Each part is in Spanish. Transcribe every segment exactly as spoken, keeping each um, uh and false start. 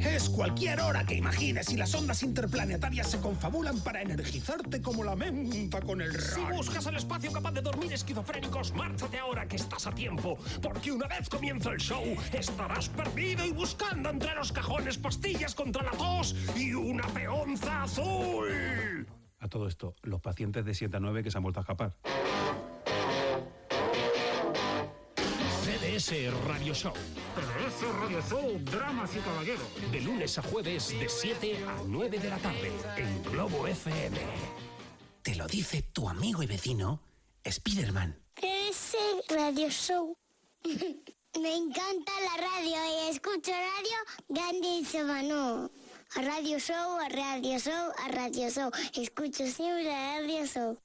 Es cualquier hora que imagines y las ondas interplanetarias se confabulan para energizarte como la menta con el ron. Si buscas el espacio capaz de dormir esquizofrénicos, márchate ahora que estás a tiempo, porque una vez comienza el show, estarás perdido y buscando entre los cajones pastillas contra la tos y una peonza azul. A todo esto, los pacientes de siete a nueve que se han vuelto a escapar. C D S Radio Show. C D S Radio Show, Dramas y Caballeros. De lunes a jueves de siete a nueve de la tarde en Globo F M. Te lo dice tu amigo y vecino, Spiderman. C D S Radio Show. Me encanta la radio y escucho radio grandísima, ¿no? A Radio Show, a Radio Show, a Radio Show. Escucho siempre a Radio Show.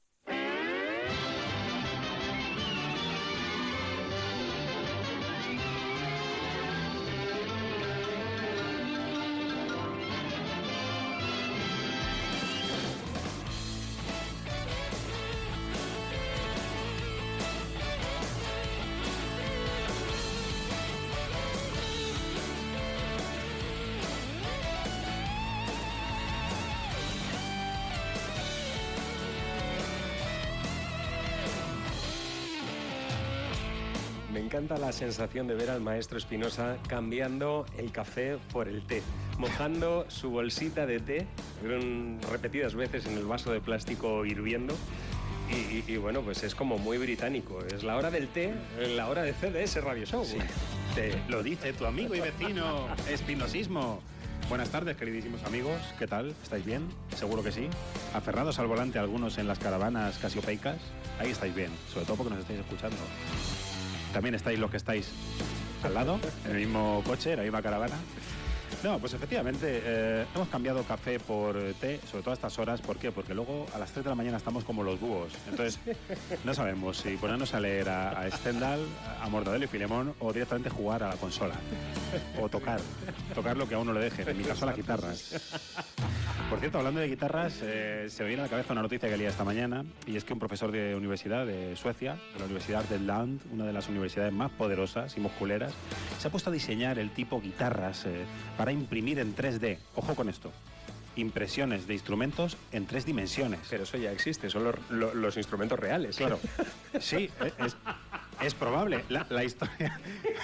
Me encanta la sensación de ver al maestro Espinosa cambiando el café por el té, mojando su bolsita de té repetidas veces en el vaso de plástico hirviendo. Y, y, y bueno, pues es como muy británico. Es la hora del té, la hora de C D S Radio Show. Sí. Te lo dice tu amigo y vecino, Espinosismo. Buenas tardes, queridísimos amigos. ¿Qué tal? ¿Estáis bien? Seguro que sí. Aferrados al volante algunos en las caravanas casiopeicas. Ahí estáis bien, sobre todo porque nos estáis escuchando. También estáis los que estáis al lado, en el mismo coche, en la misma caravana. No, pues efectivamente, eh, hemos cambiado café por té, sobre todo a estas horas. ¿Por qué? Porque luego a las tres de la mañana estamos como los búhos. Entonces, no sabemos si ponernos a leer a, a Stendhal, a Mortadelo y Filemón, o directamente jugar a la consola. O tocar, tocar lo que a uno le deje, en mi caso las guitarras. Por cierto, hablando de guitarras, eh, se me viene a la cabeza una noticia que leí esta mañana, y es que un profesor de universidad de Suecia, de la Universidad del Land, una de las universidades más poderosas y musculeras, se ha puesto a diseñar el tipo guitarras eh, para imprimir en tres D. Ojo con esto. Impresiones de instrumentos en tres dimensiones. Pero eso ya existe, son los, los, los instrumentos reales. Claro. Sí, es, es probable. La, la historia...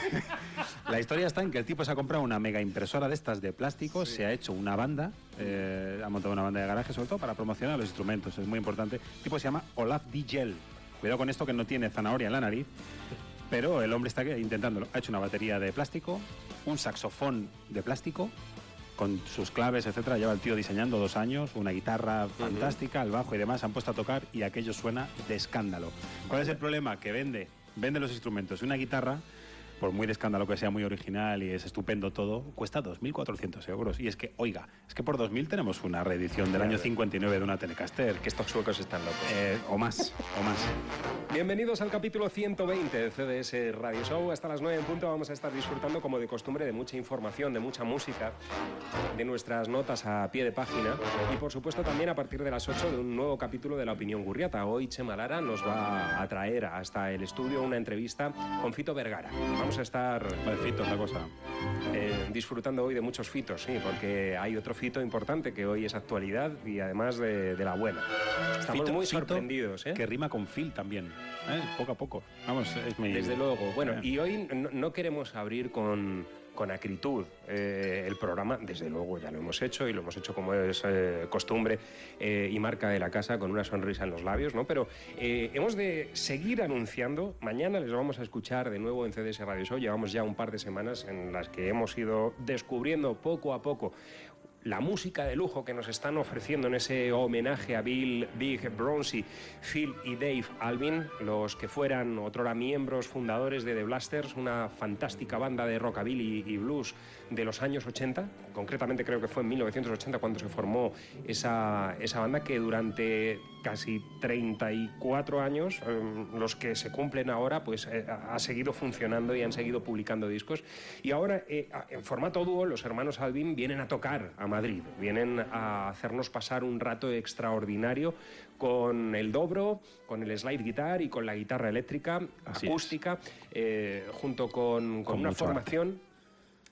La historia está en que el tipo se ha comprado una mega impresora de estas de plástico, sí. Se ha hecho una banda, eh, ha montado una banda de garaje, sobre todo para promocionar los instrumentos, es muy importante. El tipo se llama Olaf Digel. Cuidado con esto, que no tiene zanahoria en la nariz, pero el hombre está intentándolo. Ha hecho una batería de plástico, un saxofón de plástico, con sus claves, etcétera. Lleva el tío diseñando dos años, una guitarra fantástica, el bajo y demás, se han puesto a tocar y aquello suena de escándalo. ¿Cuál es el problema? Que vende, vende los instrumentos. Una guitarra, por muy de escándalo que sea, muy original y es estupendo todo, cuesta dos mil cuatrocientos euros. Y es que, oiga, es que por dos mil tenemos una reedición del año cincuenta y nueve de una Telecaster. Que estos suecos están locos. Eh, o más, o más. Bienvenidos al capítulo ciento veinte de C D S Radio Show. Hasta las nueve en punto vamos a estar disfrutando, como de costumbre, de mucha información, de mucha música, de nuestras notas a pie de página y, por supuesto, también a partir de las ocho de un nuevo capítulo de La Opinión Gurriata. Hoy Chema Lara nos va a traer hasta el estudio una entrevista con Fito Vergara. Vamos a estar... Vale, Fito es la cosa. Eh, disfrutando hoy de muchos fitos, sí, porque hay otro fito importante que hoy es actualidad y además de, de la buena. Estamos Fito, muy Fito, sorprendidos, ¿eh? Que rima con Phil también, ¿eh? Poco a poco. Vamos, es mi... Desde luego. Bueno, eh. y hoy no, no queremos abrir con... con acritud eh, el programa, desde luego ya lo hemos hecho y lo hemos hecho como es eh, costumbre eh, y marca de la casa, con una sonrisa en los labios, ¿no? Pero eh, hemos de seguir anunciando. Mañana les vamos a escuchar de nuevo en C D S Radio Show. Llevamos ya un par de semanas en las que hemos ido descubriendo poco a poco la música de lujo que nos están ofreciendo en ese homenaje a Bill, Big, Bronzy, Phil y Dave Alvin, los que fueran otrora miembros fundadores de The Blasters, una fantástica banda de rockabilly y blues de los años ochenta. Concretamente creo que fue en mil novecientos ochenta cuando se formó esa, esa banda, que durante casi treinta y cuatro años, eh, los que se cumplen ahora, pues eh, ha seguido funcionando y han seguido publicando discos. Y ahora, eh, en formato dúo, los hermanos Alvin vienen a tocar a Madrid, vienen a hacernos pasar un rato extraordinario con el dobro, con el slide guitar y con la guitarra eléctrica, Así acústica, eh, junto con, con, con una mucho formación... arte.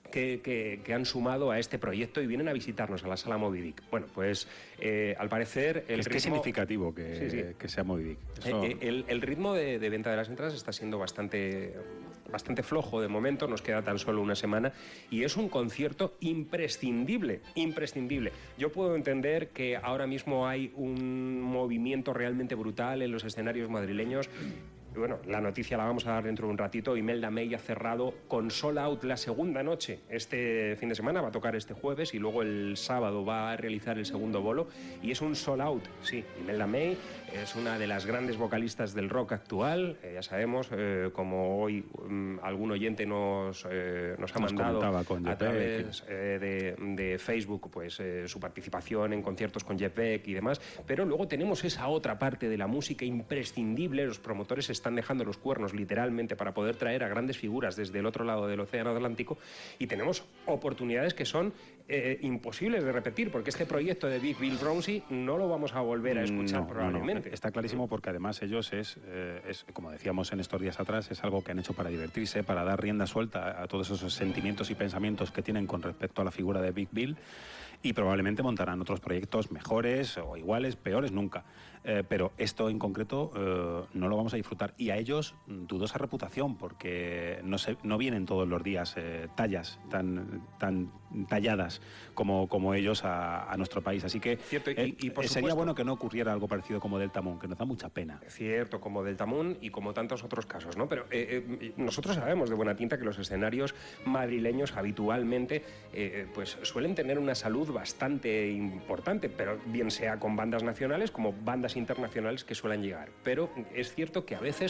Que, que, que han sumado a este proyecto y vienen a visitarnos a la sala Moby Dick. Bueno, pues eh, al parecer el es ritmo... que es significativo que, sí, sí. que sea Moby Dick. Eso... El, el, el ritmo de, de venta de las entradas está siendo bastante, bastante flojo de momento, nos queda tan solo una semana y es un concierto imprescindible, imprescindible. Yo puedo entender que ahora mismo hay un movimiento realmente brutal en los escenarios madrileños. Bueno, la noticia la vamos a dar dentro de un ratito. Imelda May ha cerrado con Sold Out la segunda noche este fin de semana, va a tocar este jueves y luego el sábado va a realizar el segundo bolo y es un Sold Out, sí. Imelda May es una de las grandes vocalistas del rock actual, eh, ya sabemos, eh, como hoy um, algún oyente nos, eh, nos ha nos mandado con a través eh, de, de Facebook pues eh, su participación en conciertos con Jeff Beck y demás, pero luego tenemos esa otra parte de la música imprescindible. Los promotores están dejando los cuernos literalmente para poder traer a grandes figuras desde el otro lado del océano Atlántico y tenemos oportunidades que son eh, imposibles de repetir porque este proyecto de Big Bill Brownzy no lo vamos a volver a escuchar no, probablemente. No, no. Está clarísimo porque además ellos es, eh, es, como decíamos en estos días atrás, es algo que han hecho para divertirse, para dar rienda suelta a todos esos sentimientos y pensamientos que tienen con respecto a la figura de Big Bill y probablemente montarán otros proyectos mejores o iguales, peores, nunca. Eh, pero esto en concreto eh, no lo vamos a disfrutar y a ellos dudosa reputación porque no, se, no vienen todos los días eh, tallas tan, tan talladas como, como ellos a, a nuestro país. Así que Cierto, y, eh, y por sería supuesto, bueno que no ocurriera algo parecido como Delta Moon, que nos da mucha pena. Cierto, como Delta Moon y como tantos otros casos, ¿no? Pero eh, eh, nosotros sabemos de buena tinta que los escenarios madrileños habitualmente eh, pues suelen tener una salud bastante importante, pero bien sea con bandas nacionales como bandas internacionales que suelen llegar. Pero es cierto que a veces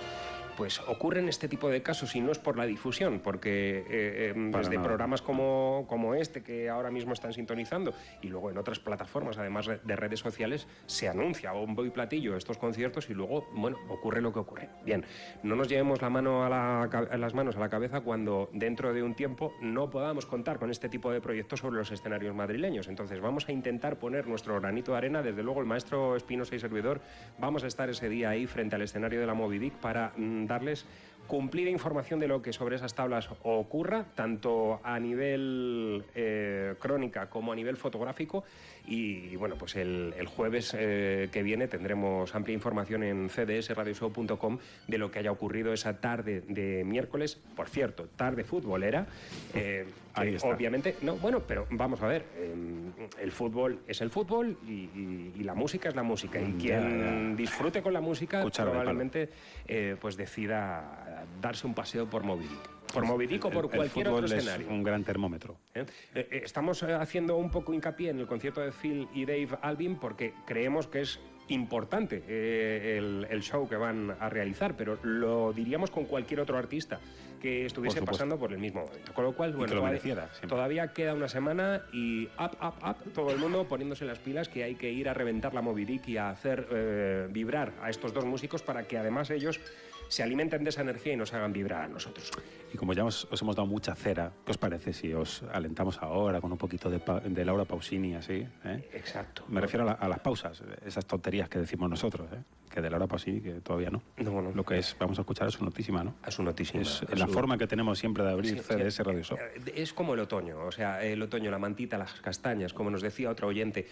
pues ocurren este tipo de casos y no es por la difusión, porque eh, eh, desde nada. programas como, como este que ahora mismo están sintonizando y luego en otras plataformas, además de redes sociales, se anuncia a bombo y platillo estos conciertos y luego, bueno, ocurre lo que ocurre. Bien, no nos llevemos la mano a, la, a las manos a la cabeza cuando dentro de un tiempo no podamos contar con este tipo de proyectos sobre los escenarios madrileños. Entonces vamos a intentar poner nuestro granito de arena. Desde luego el maestro Espinosa y servidor vamos a estar ese día ahí frente al escenario de la Moby Dick para mm, darles cumplida información de lo que sobre esas tablas ocurra, tanto a nivel eh, crónica como a nivel fotográfico. Y bueno, pues el, el jueves eh, que viene tendremos amplia información en c d s radio show punto com de lo que haya ocurrido esa tarde de miércoles. Por cierto, tarde futbolera. Eh, Ahí está. Obviamente, no, bueno, pero vamos a ver, eh, el fútbol es el fútbol y, y, y la música es la música. Y quien Ya, ya. disfrute con la música Cuchara de probablemente eh, pues decida darse un paseo por Moby Dick. Por Moby Dick o por El- el cualquier fútbol otro es escenario. un gran termómetro. ¿Eh? Eh, eh, Estamos eh, haciendo un poco hincapié en el concierto de Phil y Dave Albin porque creemos que es importante eh, el, el show que van a realizar, pero lo diríamos con cualquier otro artista que estuviese Por supuesto. pasando por el mismo momento. Con lo cual, bueno, que lo todavía, mereciera, siempre. todavía queda una semana y up, up, up, todo el mundo poniéndose las pilas, que hay que ir a reventar la Moby Dick y a hacer eh, vibrar a estos dos músicos para que además ellos se alimenten de esa energía y nos hagan vibrar a nosotros. Y como ya os, os hemos dado mucha cera, ¿qué os parece si os alentamos ahora con un poquito de, pa- de Laura Pausini así? ¿eh? Exacto. Me refiero a, la- a las pausas, esas tonterías que decimos nosotros, ¿eh? Que de Laura Pausini, que todavía no. No, no. Lo que es, vamos a escuchar es su notísima, ¿no? A su notísima. Es a la su- forma que tenemos siempre de abrir Sí, C D S sí, Radio Show. eh, Es como el otoño, o sea, el otoño, la mantita, las castañas, como nos decía otro oyente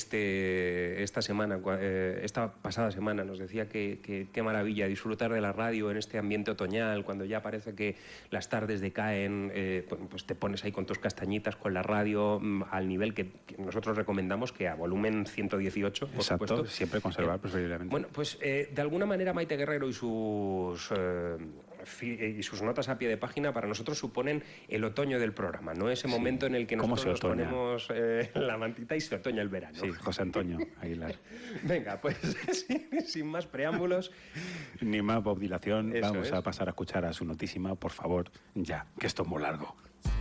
este, esta semana, cua- eh, esta pasada semana, nos decía que que- qué maravilla disfrutar de la radio en este ambiente otoñal, cuando ya parece que las tardes decaen, eh, pues pues te pones ahí con tus castañitas, con la radio mm, al nivel que, que nosotros recomendamos, que a volumen ciento dieciocho, por Exacto, supuesto. siempre conservar Eh, preferiblemente. Bueno, pues eh, de alguna manera Maite Guerrero y sus eh, fi- y sus notas a pie de página para nosotros suponen el otoño del programa, ¿no? Ese momento en el que ¿Cómo nosotros se nos otoña? ponemos eh, la mantita y se otoña el verano. Sí, José Antonio Aguilar. Venga, pues sin, sin más preámbulos, Ni más Bob Dilación, Eso vamos es. a pasar a escuchar a su notísima, por favor, ya, que esto es muy largo.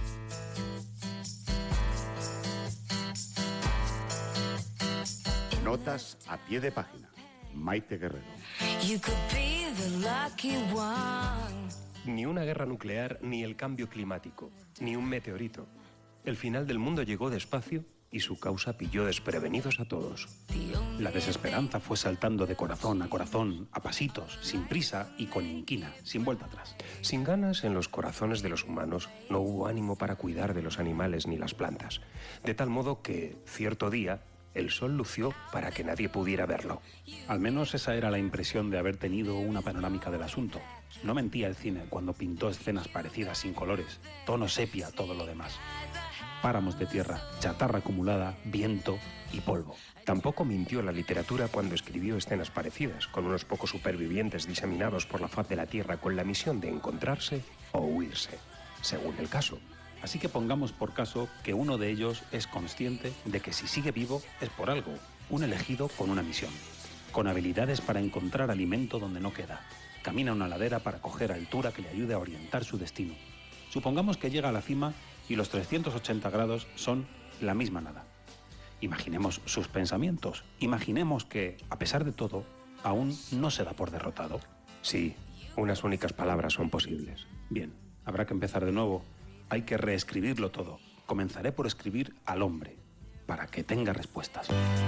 Notas a pie de página. Maite Guerrero. You could be the lucky one. ni una guerra nuclear, ni el cambio climático, ni un meteorito. El final del mundo llegó despacio y su causa pilló desprevenidos a todos. La desesperanza fue saltando de corazón a corazón, a pasitos, sin prisa y con inquina, sin vuelta atrás. Sin ganas en los corazones de los humanos no hubo ánimo para cuidar de los animales ni las plantas, de tal modo que, cierto día, el sol lució para que nadie pudiera verlo. Al menos esa era la impresión de haber tenido una panorámica del asunto. No mentía el cine cuando pintó escenas parecidas sin colores, tono sepia, todo lo demás. Páramos de tierra, chatarra acumulada, viento y polvo. Tampoco mintió la literatura cuando escribió escenas parecidas, con unos pocos supervivientes diseminados por la faz de la tierra con la misión de encontrarse o huirse, según el caso. Así que pongamos por caso que uno de ellos es consciente de que si sigue vivo es por algo, un elegido con una misión, con habilidades para encontrar alimento donde no queda. Camina una ladera para coger altura que le ayude a orientar su destino. Supongamos que llega a la cima y los trescientos ochenta grados son la misma nada. Imaginemos sus pensamientos, imaginemos que, a pesar de todo, aún no se da por derrotado. Sí, unas únicas palabras son posibles. Bien, habrá que empezar de nuevo. Hay que reescribirlo todo. Comenzaré por escribir al hombre, para que tenga respuestas.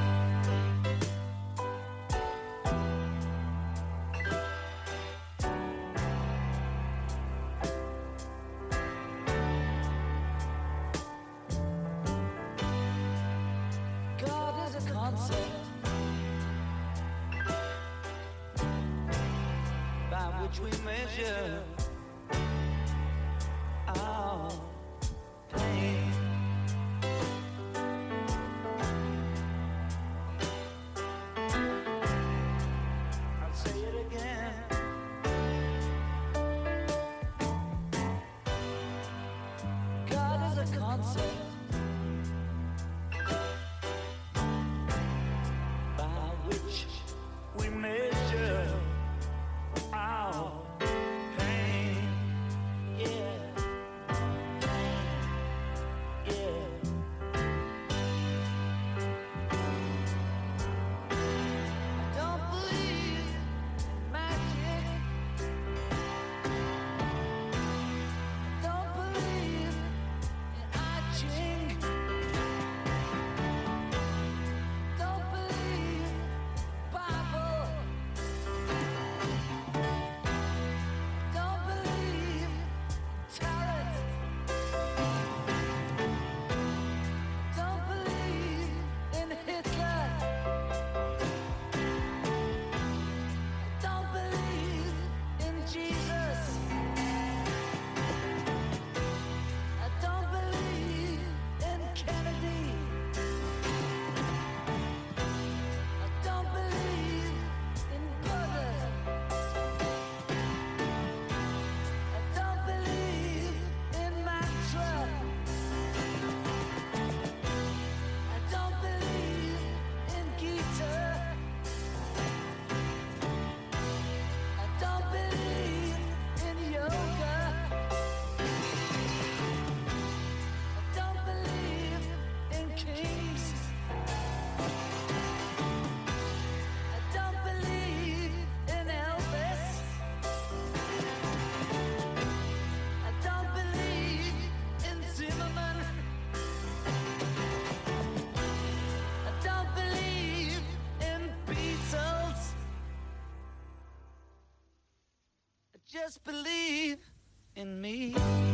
Just believe in me.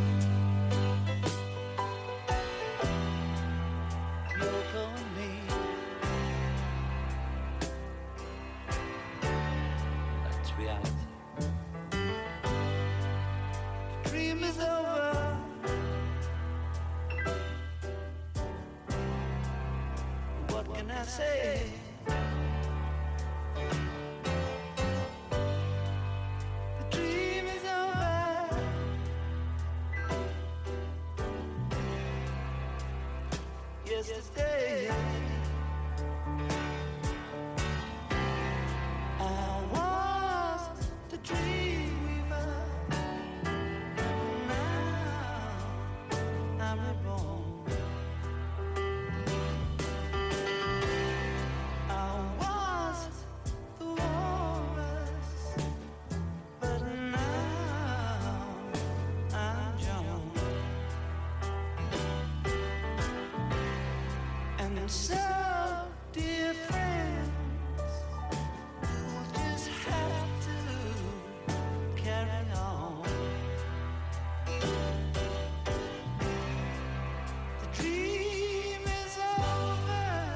Yoko and me. That's reality. The dream is over. What can I say? Yesterday, I was the dream weaver. Now I'm reborn. I was the walrus, but now I'm John. And So, dear friends, we'll just have to carry on. The dream is over.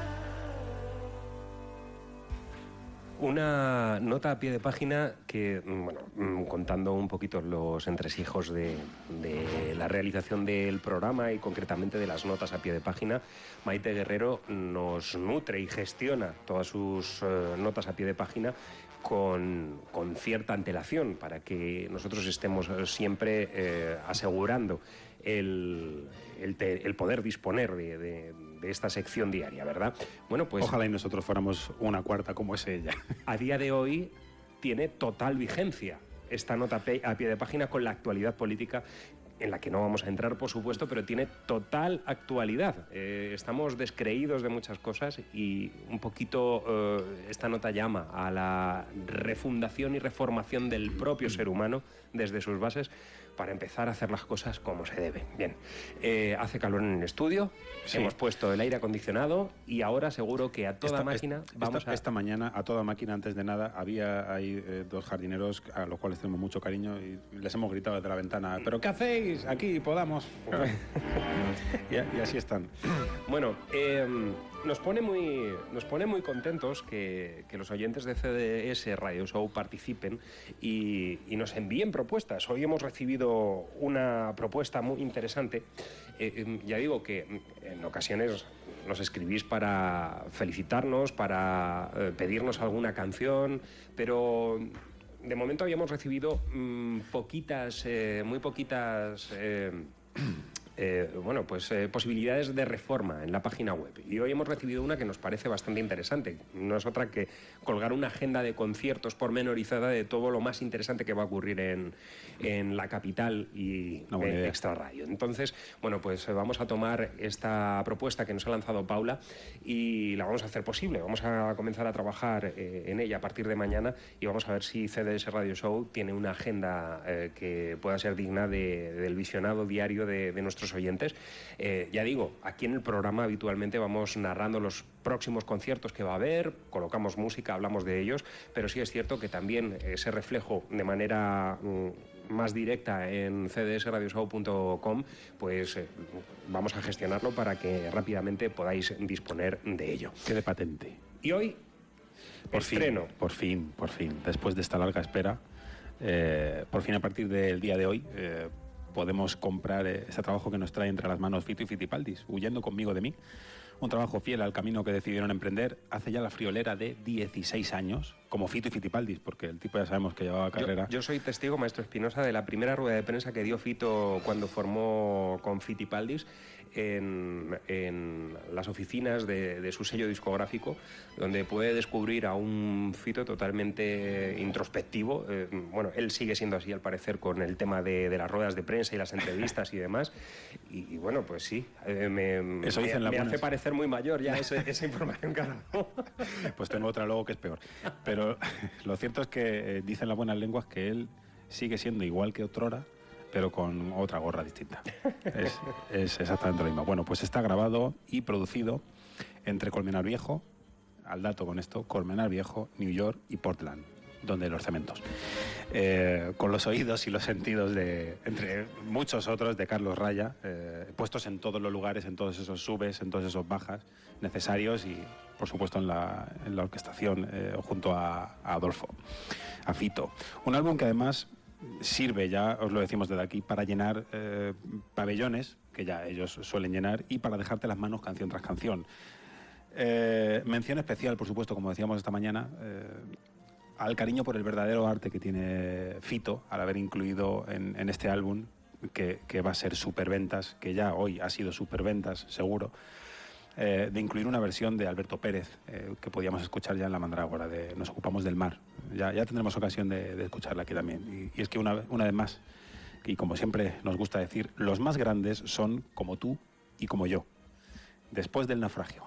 Una nota a pie de página que, bueno, mm, contando un poquito los entresijos de, de la realización del programa y concretamente de las notas a pie de página, Maite Guerrero nos nutre y gestiona todas sus eh, notas a pie de página con, con cierta antelación para que nosotros estemos eh, siempre eh, asegurando el, el, te- el poder disponer de, de- de esta sección diaria, ¿verdad? Bueno, pues Ojalá y nosotros fuéramos una cuarta como es ella. a día de hoy tiene total vigencia esta nota pe- a pie de página con la actualidad política en la que no vamos a entrar, por supuesto, pero tiene total actualidad. Eh, estamos descreídos de muchas cosas y un poquito eh, esta nota llama a la refundación y reformación del propio ser humano desde sus bases para empezar a hacer las cosas como se debe. Bien, eh, hace calor en el estudio, Sí. hemos puesto el aire acondicionado y ahora seguro que a toda Esta- máquina esta- vamos esta, a... esta mañana, a toda máquina, antes de nada, había ahí eh, dos jardineros a los cuales tenemos mucho cariño y les hemos gritado desde la ventana, ¿pero qué hacéis? Aquí podamos. y, y así están. Bueno, eh, nos pone muy, nos pone muy contentos que, que los oyentes de C D S Radio Show participen y, y nos envíen propuestas. Hoy hemos recibido una propuesta muy interesante. Eh, eh, ya digo que en ocasiones nos escribís para felicitarnos, para eh, pedirnos alguna canción, pero de momento habíamos recibido mm, poquitas, eh, muy poquitas... eh, Eh, bueno, pues eh, posibilidades de reforma en la página web. Y hoy hemos recibido una que nos parece bastante interesante. No es otra que colgar una agenda de conciertos pormenorizada de todo lo más interesante que va a ocurrir en, en la capital y Una buena en idea. Extra Radio. Entonces, bueno, pues eh, vamos a tomar esta propuesta que nos ha lanzado Paula y la vamos a hacer posible. Vamos a comenzar a trabajar eh, en ella a partir de mañana y vamos a ver si C D S Radio Show tiene una agenda eh, que pueda ser digna de- del visionado diario de, de nuestros oyentes. Eh, ya digo, aquí en el programa habitualmente vamos narrando los próximos conciertos que va a haber, colocamos música, hablamos de ellos, pero sí es cierto que también ese reflejo de manera mm, más directa en c d s radio show punto com, pues eh, vamos a gestionarlo para que rápidamente podáis disponer de ello. Quede patente. Y hoy, Por estreno. fin, por fin, por fin. Después de esta larga espera, eh, por fin a partir del día de hoy eh, podemos comprar eh, este trabajo que nos trae entre las manos Fito y Fitipaldis, Huyendo conmigo de mí. Un trabajo fiel al camino que decidieron emprender hace ya la friolera de dieciséis años, como Fito y Fitipaldis, porque el tipo ya sabemos que llevaba carrera. Yo, yo soy testigo, maestro Espinosa, de la primera rueda de prensa que dio Fito cuando formó con Fitipaldis en, en las oficinas de, de su sello discográfico, donde puede descubrir a un Fito totalmente introspectivo. Eh, bueno, él sigue siendo así, al parecer, con el tema de, de las ruedas de prensa y las entrevistas y demás. Y, y bueno, pues sí, eh, me, Eso me- dicen las me buenas. hace parecer muy mayor ya ese- esa información que ha dado. Pues tengo otra luego que es peor. Pero lo cierto es que eh, dicen las buenas lenguas que él sigue siendo igual que otrora, pero con otra gorra distinta. Es, es exactamente lo mismo. Bueno, pues está grabado y producido entre Colmenar Viejo, al dato con esto, Colmenar Viejo, New York y Portland, donde los cementos. Eh, con los oídos y los sentidos de, entre muchos otros, de Carlos Raya, eh, puestos en todos los lugares, en todos esos subes, en todos esos bajas necesarios y, por supuesto, en la, en la orquestación eh, junto a, a Adolfo, a Fito. Un álbum que además sirve, ya os lo decimos desde aquí, para llenar eh, pabellones, que ya ellos suelen llenar, y para dejarte las manos canción tras canción. Eh, mención especial, por supuesto, como decíamos esta mañana, eh, al cariño por el verdadero arte que tiene Fito al haber incluido en, en este álbum, que, que va a ser superventas, que ya hoy ha sido superventas, seguro, eh, de incluir una versión de Alberto Pérez, eh, que podíamos escuchar ya en La Mandrágora, de Nos ocupamos del mar. Ya, ya tendremos ocasión de, de escucharla aquí también. Y, y es que una, una vez más, y como siempre nos gusta decir, los más grandes son como tú y como yo, después del naufragio.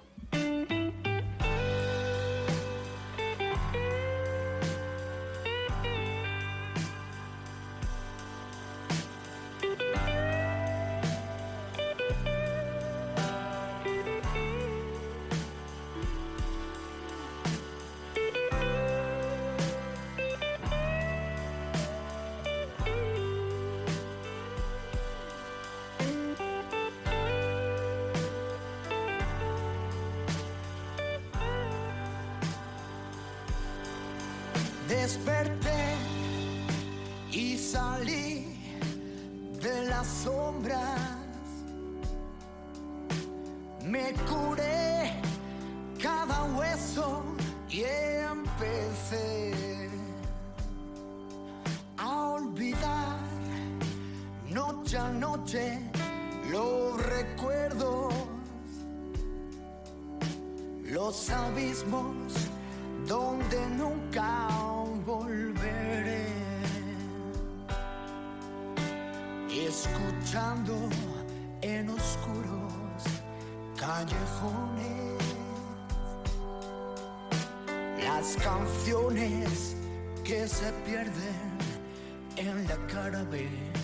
Desperté y salí de las sombras. Me curé cada hueso y empecé a olvidar noche a noche los recuerdos, los abismos donde nunca volveré, escuchando en oscuros callejones las canciones que se pierden en la cara B.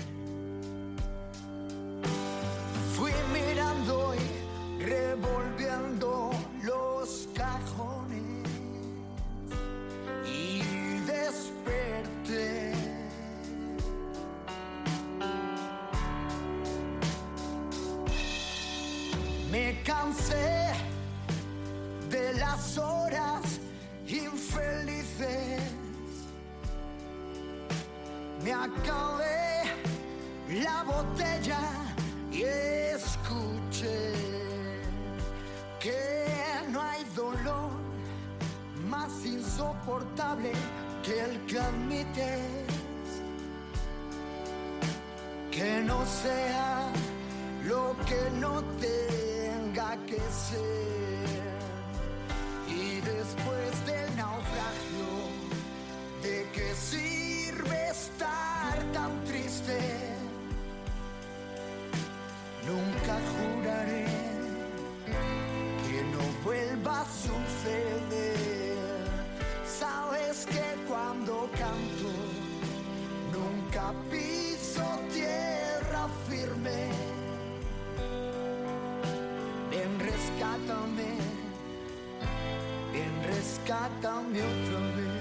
Fui mirando y revolviendo los cajones y desperté. Me cansé de las horas infelices. Me acabé la botella y escuché que no hay dolor más insoportable que el que admites que no sea lo que no tenga que ser. Y después del naufragio, ¿de qué sirve estar tan triste? Nunca juraré que no vuelva a suceder. Sabes que cuando canto nunca piso tierra firme. Ven, rescátame, ven, rescátame otra vez.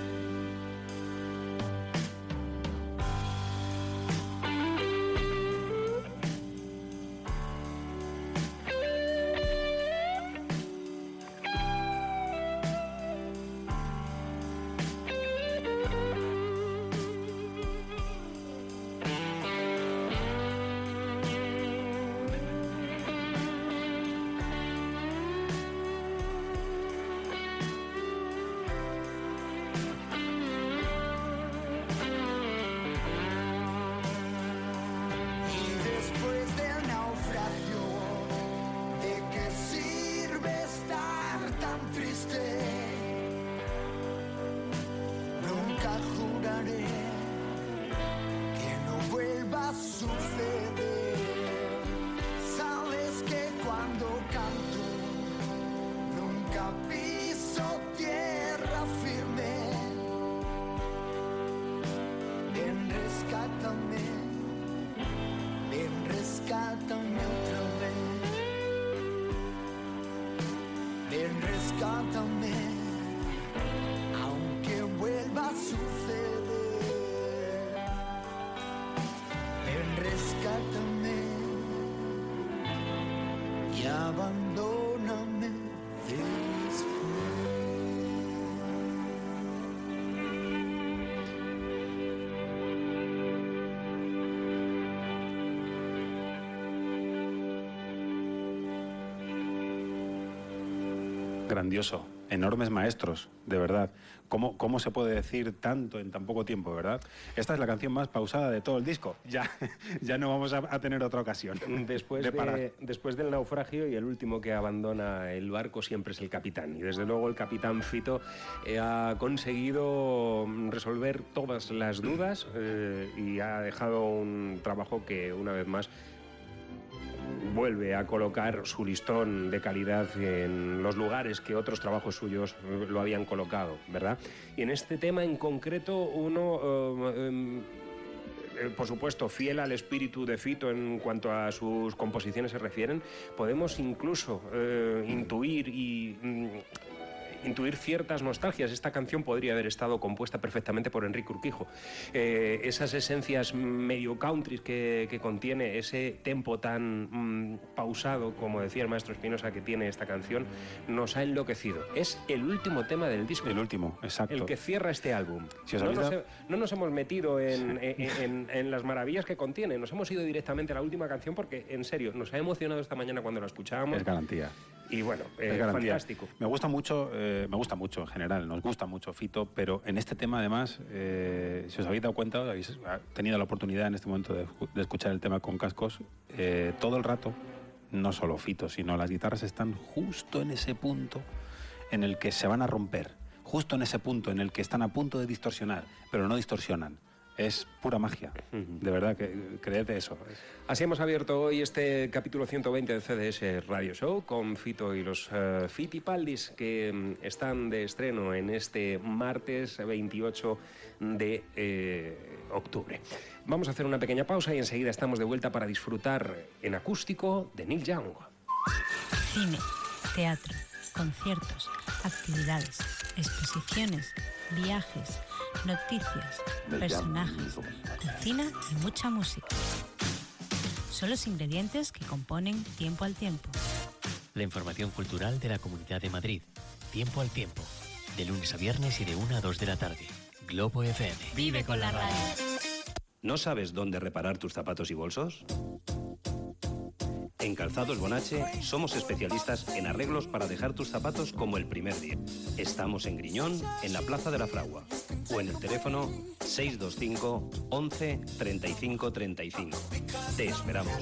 Rescátame, aunque vuelva a suceder. Ven, rescátame y abandóname después. Grandioso, enormes maestros, de verdad. ¿Cómo, ¿Cómo se puede decir tanto en tan poco tiempo, verdad? Esta es la canción más pausada de todo el disco. Ya, ya no vamos a, a tener otra ocasión. Después, de de, después del naufragio, y el último que abandona el barco siempre es el capitán. Y desde luego el capitán Fito eh, ha conseguido resolver todas las dudas eh, y ha dejado un trabajo que, una vez más, vuelve a colocar su listón de calidad en los lugares que otros trabajos suyos lo habían colocado, ¿verdad? Y en este tema en concreto, uno, eh, eh, por supuesto, fiel al espíritu de Fito en cuanto a sus composiciones se refieren, podemos incluso eh, intuir y... intuir ciertas nostalgias. Esta canción podría haber estado compuesta perfectamente por Enrique Urquijo. Eh, esas esencias medio country que, que contiene, ese tempo tan mmm, pausado, como decía el maestro Espinosa, que tiene esta canción, nos ha enloquecido. Es el último tema del disco. El último, exacto. El que cierra este álbum. Si os no, habéis nos dado... he, no nos hemos metido en, en, en, en las maravillas que contiene, nos hemos ido directamente a la última canción porque, en serio, nos ha emocionado esta mañana cuando la escuchábamos. Es garantía. Y bueno, eh, es garantía. fantástico. Me gusta mucho, eh, me gusta mucho en general, nos gusta mucho Fito, pero en este tema además, eh, si os habéis dado cuenta, habéis tenido la oportunidad en este momento de, de escuchar el tema con cascos, eh, todo el rato, no solo Fito, sino las guitarras están justo en ese punto en el que se van a romper, justo en ese punto en el que están a punto de distorsionar, pero no distorsionan. Es pura magia, de verdad, que creed eso. Así hemos abierto hoy este capítulo ciento veinte de C D S Radio Show con Fito y los uh, Fitipaldis, que um, están de estreno en este martes veintiocho de eh, octubre. Vamos a hacer una pequeña pausa y enseguida estamos de vuelta para disfrutar en acústico de Neil Young. Cine, teatro, conciertos, actividades, exposiciones, viajes, noticias, personajes, cocina y mucha música. Son los ingredientes que componen Tiempo al Tiempo. La información cultural de la Comunidad de Madrid. Tiempo al Tiempo. De lunes a viernes y de una a dos de la tarde. Globo F M. Vive con la radio. ¿No sabes dónde reparar tus zapatos y bolsos? En Calzados Bonache somos especialistas en arreglos para dejar tus zapatos como el primer día. Estamos en Griñón, en la Plaza de la Fragua, o en el teléfono seis dos cinco, once, treinta y cinco, treinta y cinco. Te esperamos.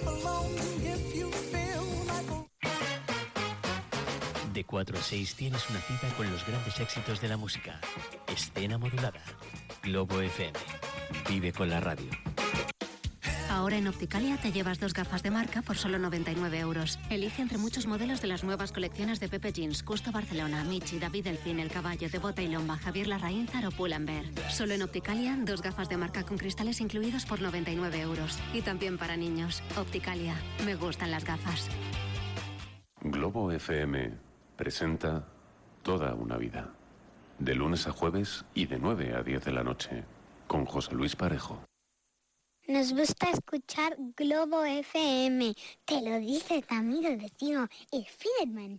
De cuatro a seis tienes una cita con los grandes éxitos de la música. Escena modulada. Globo F M. Vive con la radio. Ahora en Opticalia te llevas dos gafas de marca por solo noventa y nueve euros. Elige entre muchos modelos de las nuevas colecciones de Pepe Jeans, Custo Barcelona, Michi, David Delfín, El Caballo, de Bota y Lomba, Javier Larraínzar o Pull&Bear. Solo en Opticalia, dos gafas de marca con cristales incluidos por noventa y nueve euros. Y también para niños. Opticalia. Me gustan las gafas. Globo F M presenta Toda una vida. De lunes a jueves y de nueve a diez de la noche. Con José Luis Parejo. Nos gusta escuchar Globo F M. Te lo dice tu amigo el vecino, el Fiderman.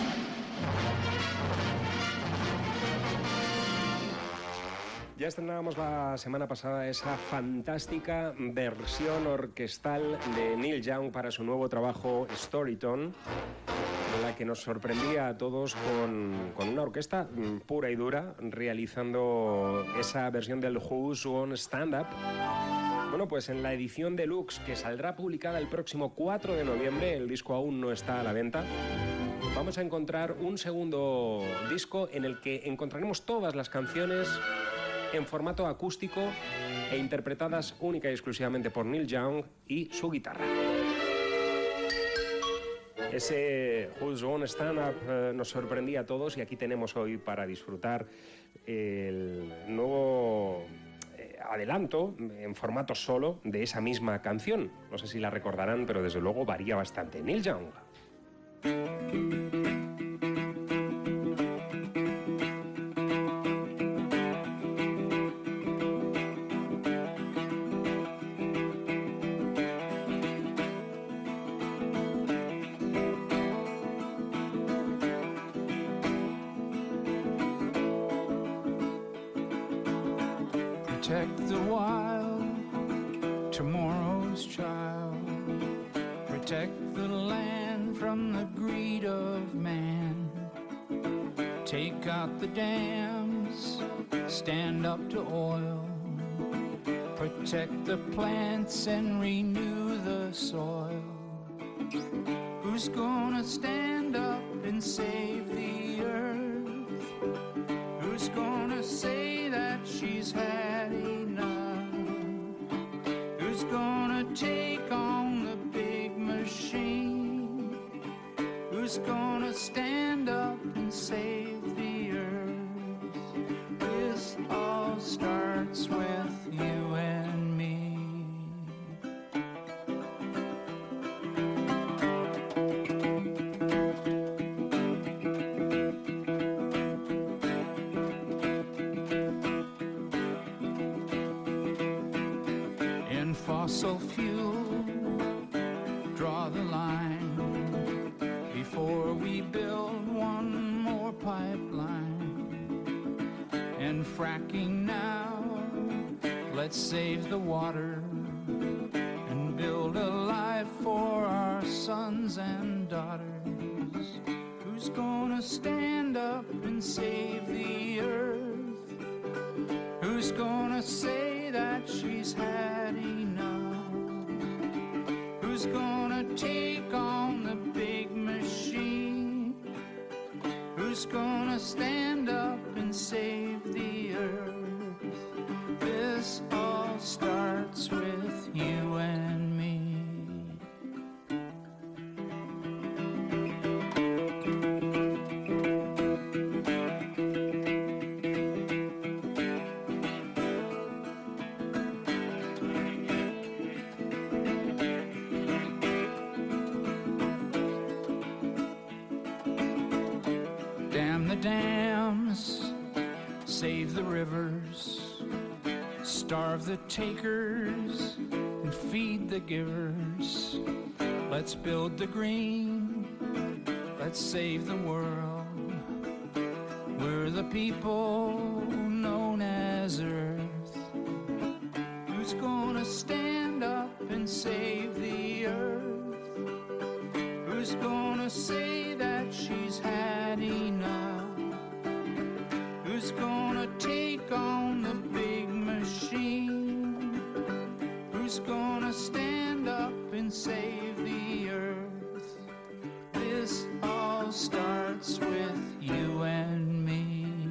Ya estrenábamos la semana pasada esa fantástica versión orquestal de Neil Young para su nuevo trabajo Storytone, en la que nos sorprendía a todos con, con una orquesta pura y dura, realizando esa versión del Who's Won Stand Up. Bueno, pues en la edición deluxe, que saldrá publicada el próximo cuatro de noviembre, el disco aún no está a la venta, vamos a encontrar un segundo disco en el que encontraremos todas las canciones en formato acústico e interpretadas única y exclusivamente por Neil Young y su guitarra. Ese Who's Gonna Stand Up eh, nos sorprendía a todos y aquí tenemos hoy para disfrutar el nuevo eh, adelanto en formato solo de esa misma canción. No sé si la recordarán, pero desde luego varía bastante. Neil Young. Protect the wild, tomorrow's child. Protect the land from the greed of man. Take out the dams, stand up to oil. Protect the plants and renew the soil. Who's gonna stand up and save the earth? Who's gonna say that she's had enough? Who's gonna take on the big machine? Who's gonna stand up and save the earth? This all starts with you and me. fossil fuel, draw the line before we build one more pipeline. And fracking now, let's save the water and build a life for our sons and daughters. Who's gonna stand up and save the earth? Who's gonna say that she's had enough? Who's gonna take on the big machine? Who's gonna stand up and save the earth? This all starts with you and me. Dams, save the rivers, starve the takers, and feed the givers. Let's build the green, let's save the world. We're the people known as Earth. Who's gonna stand up and save the earth? Who's gonna say that she's had enough? Who's gonna take on the big machine? Who's gonna stand up and save the earth? This all starts with you and me.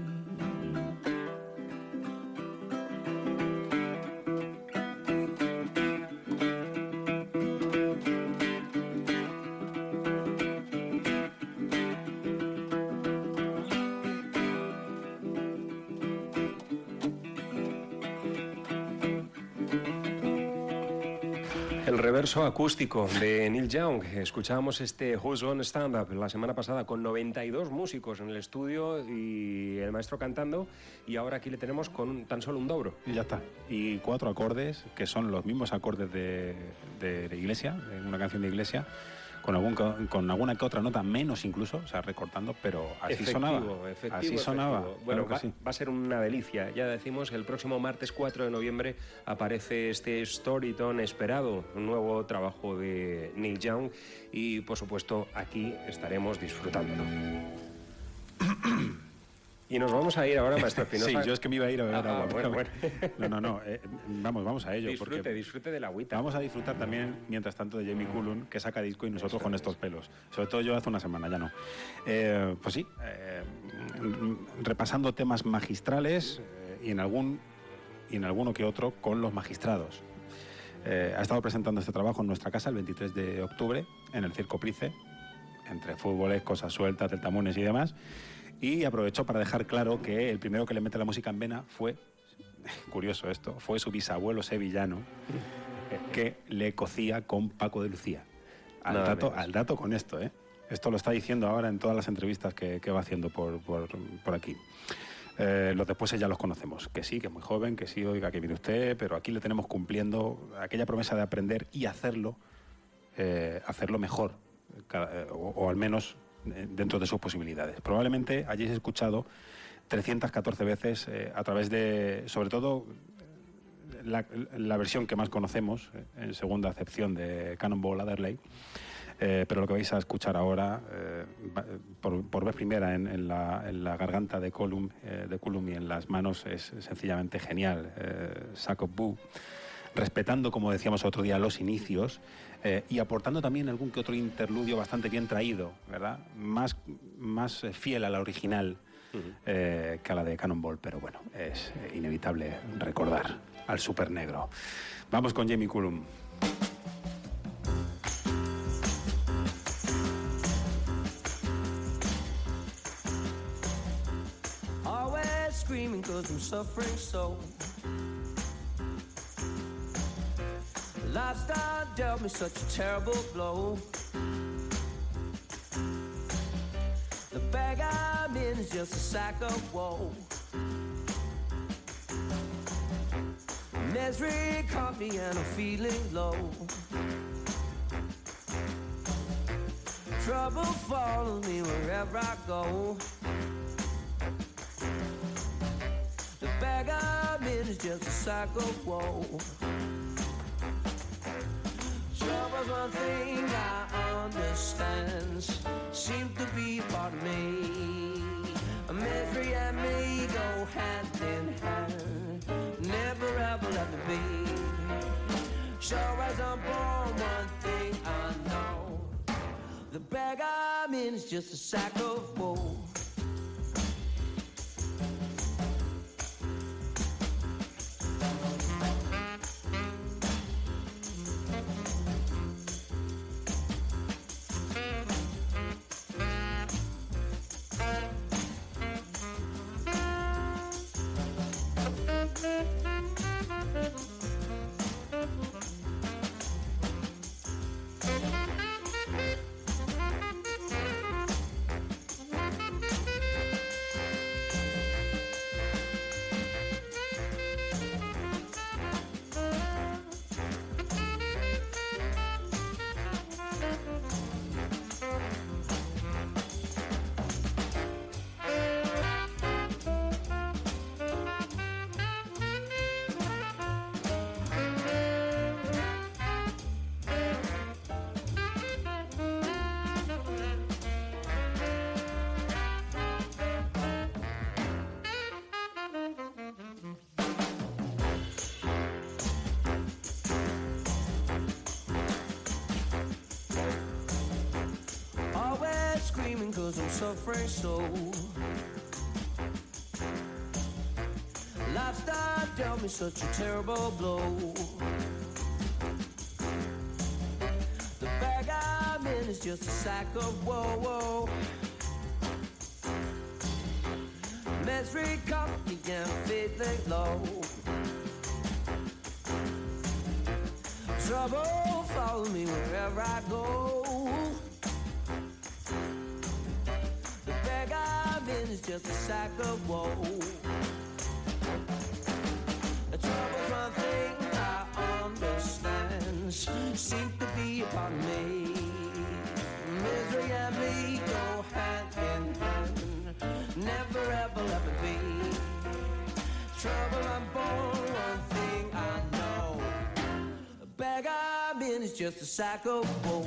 El reverso acústico de Neil Young. Escuchábamos este Who's Gonna Stand Up la semana pasada con noventa y dos músicos en el estudio y el maestro cantando, y ahora aquí le tenemos con tan solo un dobro. Y ya está. Y cuatro acordes, que son los mismos acordes de, de, de Iglesia, de una canción de Iglesia, con, algún, con alguna que otra nota menos incluso, o sea, recortando, pero así efectivo, sonaba. Efectivo, así efectivo. sonaba. Bueno, claro que va, sí. va a ser una delicia. Ya decimos, el próximo martes cuatro de noviembre aparece este Storyton esperado, un nuevo trabajo de Neil Young, y por supuesto aquí estaremos disfrutándolo. Y nos vamos a ir ahora, maestro Espinosa. Sí, yo es que me iba a ir a beber Ah, agua. bueno, bueno. No, no, no. eh, vamos, vamos a ello. Disfrute, porque disfrute de la agüita. Vamos a disfrutar también, mientras tanto, de Jamie Cullum, que saca disco, y nosotros con estos pelos. Sobre todo yo hace una semana, ya no. Eh, pues sí, eh, repasando temas magistrales eh, y, en algún, y en alguno que otro con los magistrados. Eh, ha estado presentando este trabajo en nuestra casa el veintitrés de octubre, en el Circo Price, entre fútboles, cosas sueltas, teltamones y demás. Y aprovechó para dejar claro que el primero que le mete la música en vena fue, curioso esto, fue su bisabuelo sevillano, que le cocía con Paco de Lucía. Al, Nada dato, menos. al dato con esto, ¿eh? Esto lo está diciendo ahora en todas las entrevistas que, que va haciendo por, por, por aquí. Eh, los después ya los conocemos, que sí, que es muy joven, que sí, oiga, que viene usted, pero aquí le tenemos cumpliendo aquella promesa de aprender y hacerlo, eh, hacerlo mejor, cada, o, o al menos dentro de sus posibilidades. Probablemente hayáis escuchado trescientas catorce veces eh, a través de, sobre todo, la, la versión que más conocemos, eh, en segunda acepción de Cannonball Adderley, eh, pero lo que vais a escuchar ahora, eh, por, por vez primera en, en, la, en la garganta de Cullum, eh, de Cullum y en las manos, es sencillamente genial. Eh, Sack of Boo, respetando, como decíamos otro día, los inicios, eh, y aportando también algún que otro interludio bastante bien traído, ¿verdad? Más, más fiel a la original uh-huh. eh, que a la de Cannonball, pero bueno, es inevitable recordar al super negro. Vamos con Jamie Cullum. Always screaming 'cause I'm suffering so. Lifestyle dealt me such a terrible blow. The bag I'm in is just a sack of woe. Misery caught me and I'm feeling low. Trouble follows me wherever I go. The bag I'm in is just a cycle of woe. Trouble's one thing I understand, seems to be part of me. Misery and me go hand in hand, never ever let me be. So as I'm born, one thing I know, the bag I'm in is just a sack of woe. Cause I'm suffering so. Lifestyle dealt me such a terrible blow. The bag I'm in is just a sack of woe, woe. Misery caught me and feeling low. Trouble follows me wherever I go. It's just a sack of woe. The trouble's one thing I understand, seems to be a part of me. Misery and me go hand in hand, never ever let me be. Trouble I'm born, one thing I know, the bag I'm in is just a sack of woe.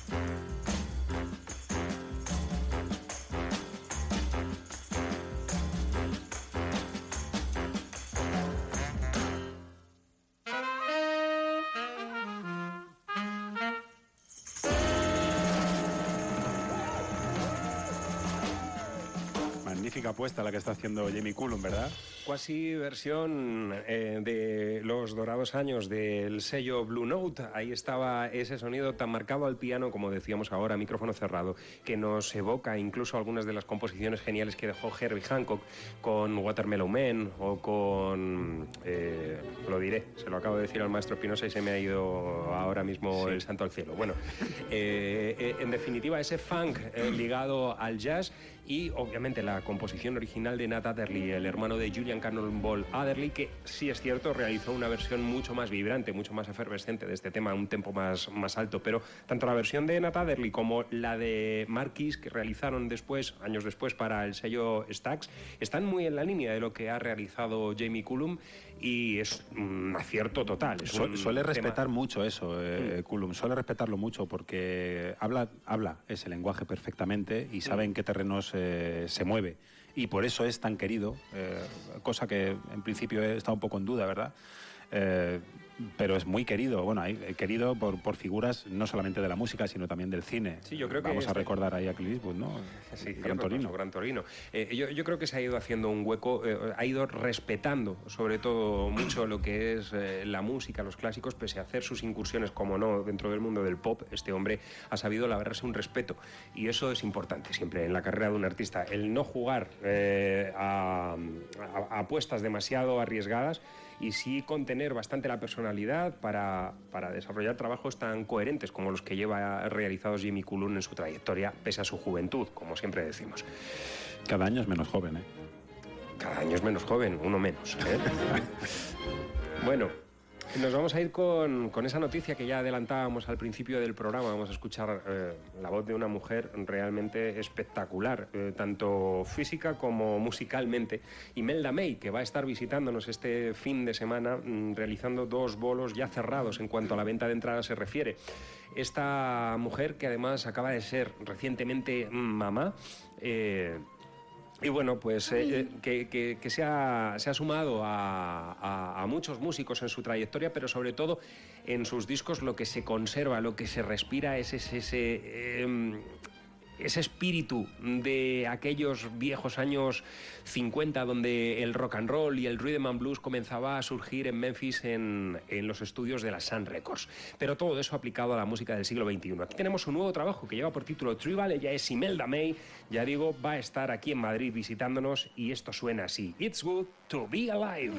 Apuesta la que está haciendo Jamie Cullum, ¿verdad? Cuasi versión eh, de los dorados años del sello Blue Note. Ahí estaba ese sonido tan marcado al piano, como decíamos ahora, micrófono cerrado, que nos evoca incluso algunas de las composiciones geniales que dejó Herbie Hancock con Watermelon Man o con... Eh, lo diré, se lo acabo de decir al maestro Espinosa y se me ha ido ahora mismo sí. El santo al cielo. Bueno, eh, eh, en definitiva, ese funk eh, ligado al jazz y obviamente la composición original de Nat Adderley, el hermano de Julian Cannonball Adderley, que sí es cierto, realizó una versión mucho más vibrante, mucho más efervescente de este tema, un tempo más, más alto, pero tanto la versión de Nat Adderley como la de Marquis, que realizaron después, años después, para el sello Stax, están muy en la línea de lo que ha realizado Jamie Cullum y es un acierto total. Es Su, un suele tema... respetar mucho eso, eh, mm. Cullum, suele respetarlo mucho porque habla, habla ese lenguaje perfectamente y sabe mm. en qué terrenos eh, se mueve. Y por eso es tan querido, eh, cosa que en principio está un poco en duda, ¿verdad? Eh, pero es muy querido, bueno, hay, querido por, por figuras no solamente de la música, sino también del cine. Sí, yo creo que Vamos este... a recordar ahí a Clint Eastwood, ¿no? Sí, Gran Torino. Gran Torino. Eh, yo, yo creo que se ha ido haciendo un hueco, eh, ha ido respetando sobre todo mucho lo que es eh, la música, los clásicos, pese a hacer sus incursiones, como no, dentro del mundo del pop. Este hombre ha sabido labrarse un respeto y eso es importante siempre en la carrera de un artista, el no jugar eh, a, a, a apuestas demasiado arriesgadas y sí contener bastante la personalidad para, para desarrollar trabajos tan coherentes como los que lleva realizados Jamie Cullum en su trayectoria, pese a su juventud, como siempre decimos. Cada año es menos joven, ¿eh? Cada año es menos joven, uno menos, ¿eh? Bueno, Nos vamos a ir con, con esa noticia que ya adelantábamos al principio del programa. Vamos a escuchar eh, la voz de una mujer realmente espectacular, eh, tanto física como musicalmente. Imelda May, que va a estar visitándonos este fin de semana, mm, realizando dos bolos ya cerrados en cuanto a la venta de entradas se refiere. Esta mujer, que además acaba de ser recientemente mamá, eh, y bueno, pues eh, que, que, que se, ha, se ha sumado a, a, a muchos músicos en su trayectoria, pero sobre todo en sus discos lo que se conserva, lo que se respira es ese, ese, eh, ese espíritu de aquellos viejos años cincuenta, donde el rock and roll y el rhythm and blues comenzaba a surgir en Memphis en, en los estudios de la Sun Records. Pero todo eso aplicado a la música del siglo veintiuno. Aquí tenemos un nuevo trabajo que lleva por título Tribal. Ella es Imelda May, ya digo, va a estar aquí en Madrid visitándonos y esto suena así. It's good to be alive.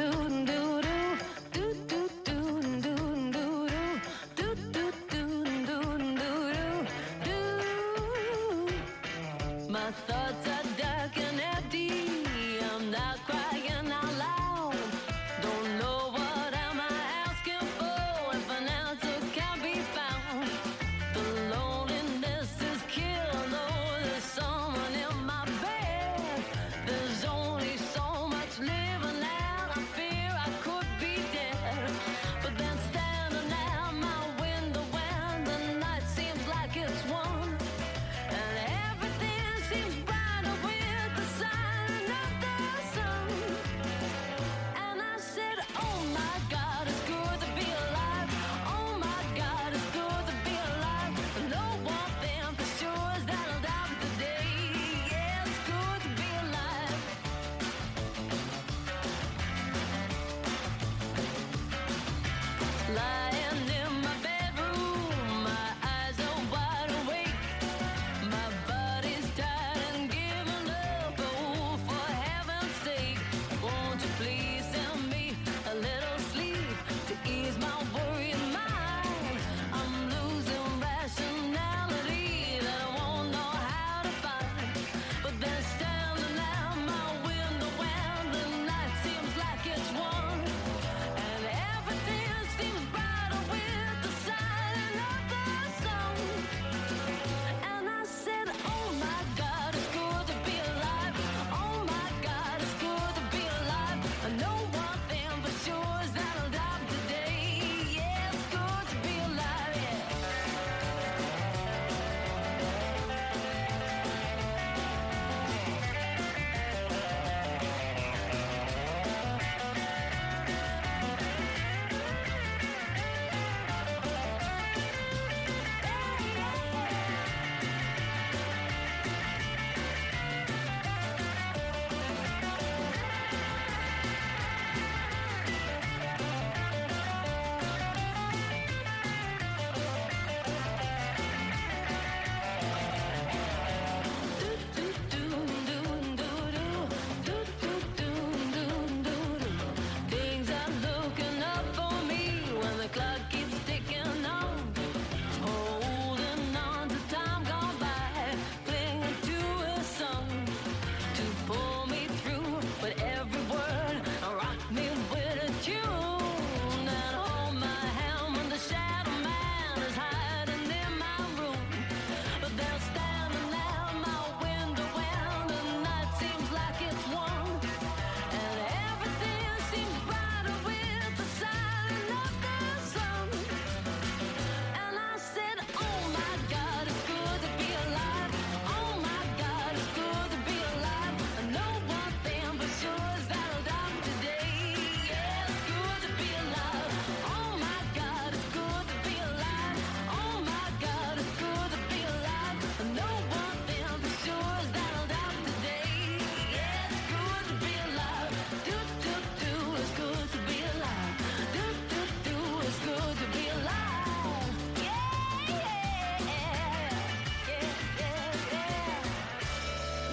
My thoughts are dark and empty. I'm not crying out loud. Don't know what am I asking for if an answer can't be found. The loneliness is killed. Oh, there's someone in my bed. There's only so much living left. I fear I could be dead. But then standing at my window when the night seems like it's one. And everything seems brighter with the sign of the sun.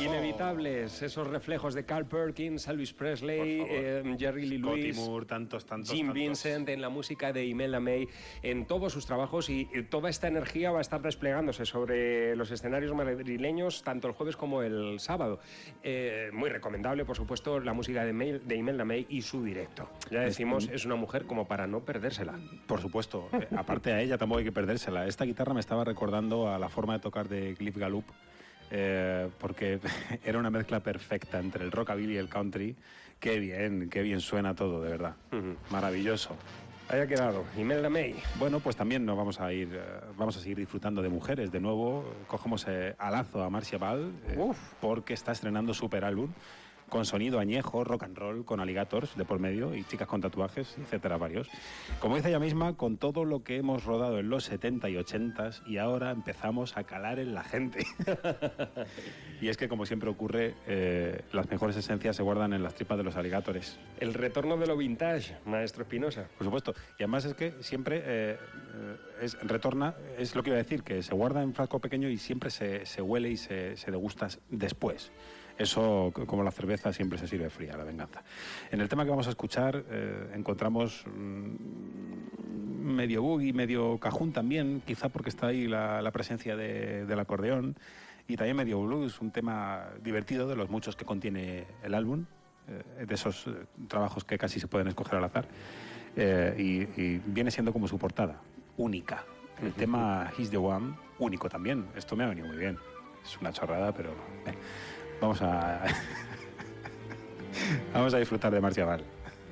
Inevitables, esos reflejos de Carl Perkins, Elvis Presley, eh, Jerry Lee Scotty Lewis, Moore, tantos, tantos, Jim tantos. Vincent, en la música de Imelda May, en todos sus trabajos, y eh, toda esta energía va a estar desplegándose sobre los escenarios madrileños tanto el jueves como el sábado. Eh, muy recomendable, por supuesto, la música de, May, de Imelda May y su directo. Ya decimos, es una mujer como para no perdérsela. Por supuesto. Eh, aparte a ella tampoco hay que perdérsela. Esta guitarra me estaba recordando a la forma de tocar de Cliff Gallup, eh, porque era una mezcla perfecta entre el rockabilly y el country. Qué bien, qué bien suena todo, de verdad. Uh-huh. Maravilloso. Haya quedado, Imelda May. Bueno, pues también nos vamos a ir, eh, vamos a seguir disfrutando de mujeres. De nuevo, cogemos eh, a lazo a Marcia Ball, eh, porque está estrenando super álbum con sonido añejo, rock and roll, con alligators de por medio y chicas con tatuajes, etcétera, varios. Como dice ella misma, con todo lo que hemos rodado en los setenta y ochentas y ahora empezamos a calar en la gente. Y es que, como siempre ocurre, eh, las mejores esencias se guardan en las tripas de los alligators. El retorno de lo vintage, maestro Espinosa. Por supuesto. Y además es que siempre eh, es, retorna, es lo que iba a decir, que se guarda en frasco pequeño y siempre se, se huele y se, se degusta después. Eso, como la cerveza, siempre se sirve fría, la venganza. En el tema que vamos a escuchar eh, encontramos mmm, medio boogie, medio cajún también, quizá porque está ahí la, la presencia de, del acordeón, y también medio blues, un tema divertido de los muchos que contiene el álbum, eh, de esos eh, trabajos que casi se pueden escoger al azar, eh, y, y viene siendo como su portada, única. El uh-huh. tema He's the One, único también. Esto me ha venido muy bien. Es una chorrada, pero... Eh. Vamos a... Vamos a disfrutar de Marcia Ball.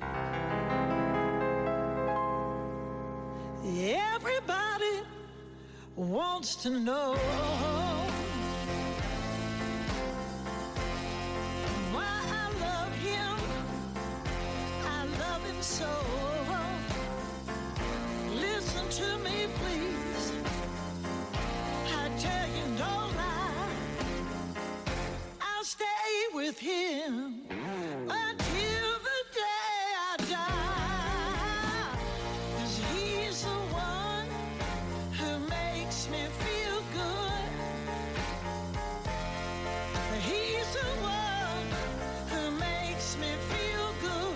Everybody wants to know why I love him. I love him so. Listen to me, please. I tell you no lie. I'll stay with him until the day I die. 'Cause he's the one who makes me feel good. He's the one who makes me feel good.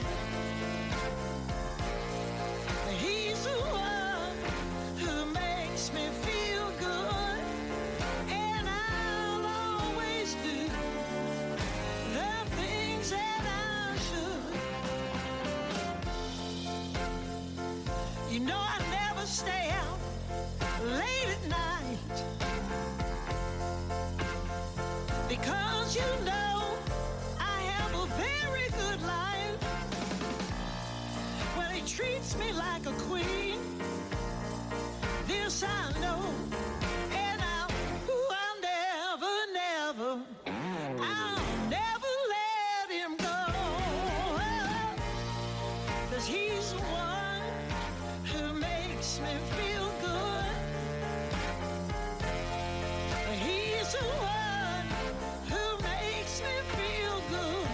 He's the one who makes me feel good. And I'll always do the things that I should. You know I never stay out late at night, because you know I have a very good life. Well, he treats me like a queen, this I know. And I'll, ooh, I'll never, never, I'll never let him go. 'Cause he's the one who makes me feel good. He's the one who makes me feel good.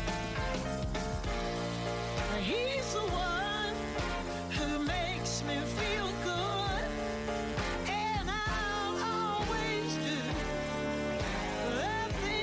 He's the one who makes me feel good. And I'll always do the things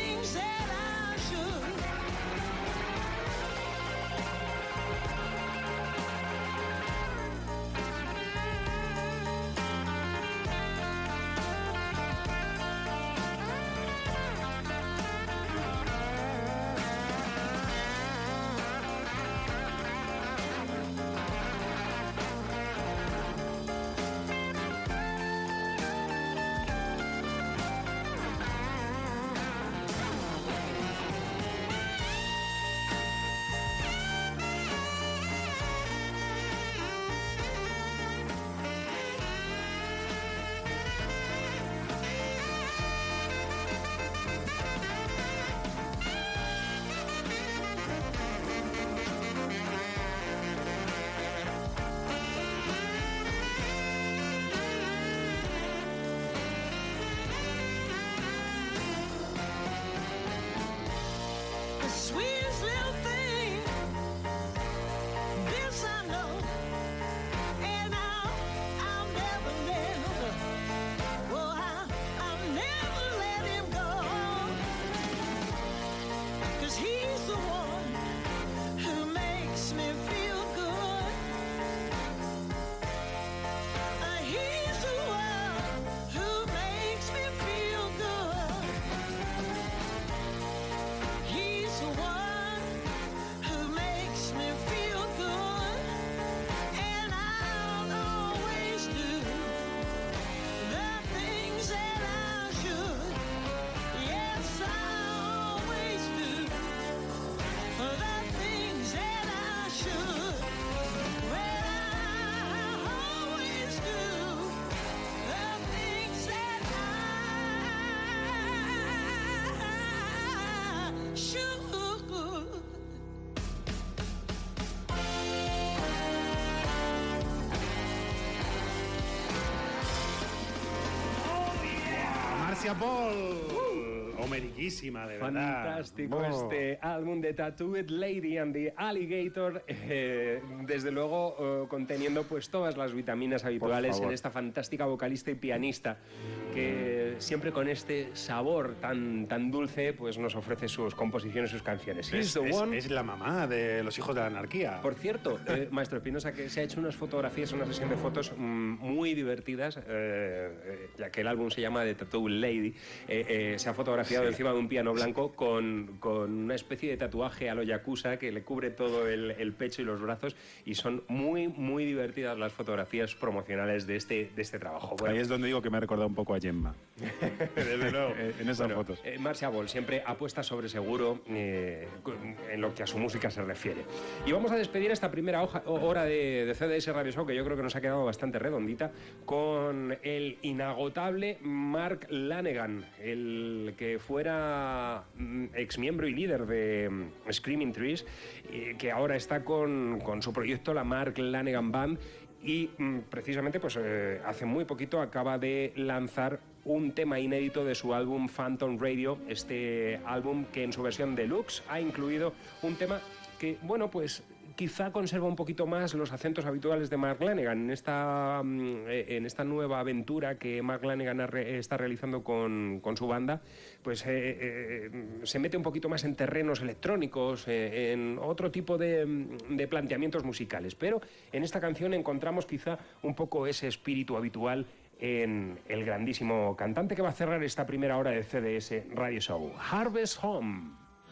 Marcia Paul. Homeriquísima, de verdad. Fantástico Oh. este álbum de Tattooed Lady and the Alligator, eh, desde luego eh, conteniendo pues todas las vitaminas habituales en esta fantástica vocalista y pianista que siempre con este sabor tan, tan dulce pues nos ofrece sus composiciones, sus canciones. He's Es, the es- one. es la mamá de los hijos de la anarquía. Por cierto, eh, Maestro Espinosa, que se ha hecho unas fotografías, una sesión de fotos mm, muy divertidas, eh, eh, ya que el álbum se llama The Tattoo Lady, eh, eh, se ha fotografiado Sí. encima de un piano blanco con, con una especie de tatuaje a lo yakuza que le cubre todo el, el pecho y los brazos, y son muy, muy divertidas las fotografías promocionales de este, de este trabajo. Bueno, Ahí es donde digo que me ha recordado un poco a Gemma. desde luego. en esas Bueno, fotos. eh, Marcia Ball siempre apuesta sobre seguro eh, en lo que a su música se refiere. Y vamos a despedir esta primera hoja- o- hora de, de C D S Radio Show, que yo creo que nos ha quedado bastante redondita, con el inagotable Mark Lanegan, el que fuera mm, exmiembro y líder de mm, Screaming Trees, eh, que ahora está con, con su proyecto, la Mark Lanegan Band, y mm, precisamente pues eh, hace muy poquito acaba de lanzar un tema inédito de su álbum Phantom Radio, este álbum que en su versión deluxe ha incluido un tema que, bueno, pues quizá conserva un poquito más los acentos habituales de Mark Lanegan en esta, mm, eh, en esta nueva aventura que Mark Lanegan ha re- está realizando con, con su banda, pues eh, eh, se mete un poquito más en terrenos electrónicos, eh, en otro tipo de, mm, de planteamientos musicales, pero en esta canción encontramos quizá un poco ese espíritu habitual en el grandísimo cantante que va a cerrar esta primera hora de C D S Radio Show, Harvest Home.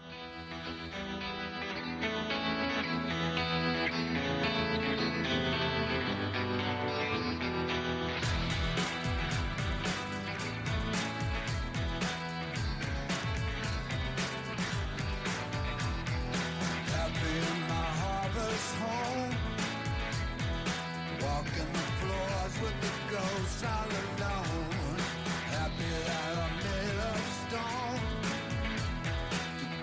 Happy in my harvest home, walking the floors with the ghosts all alone. Happy that I'm made of stone, to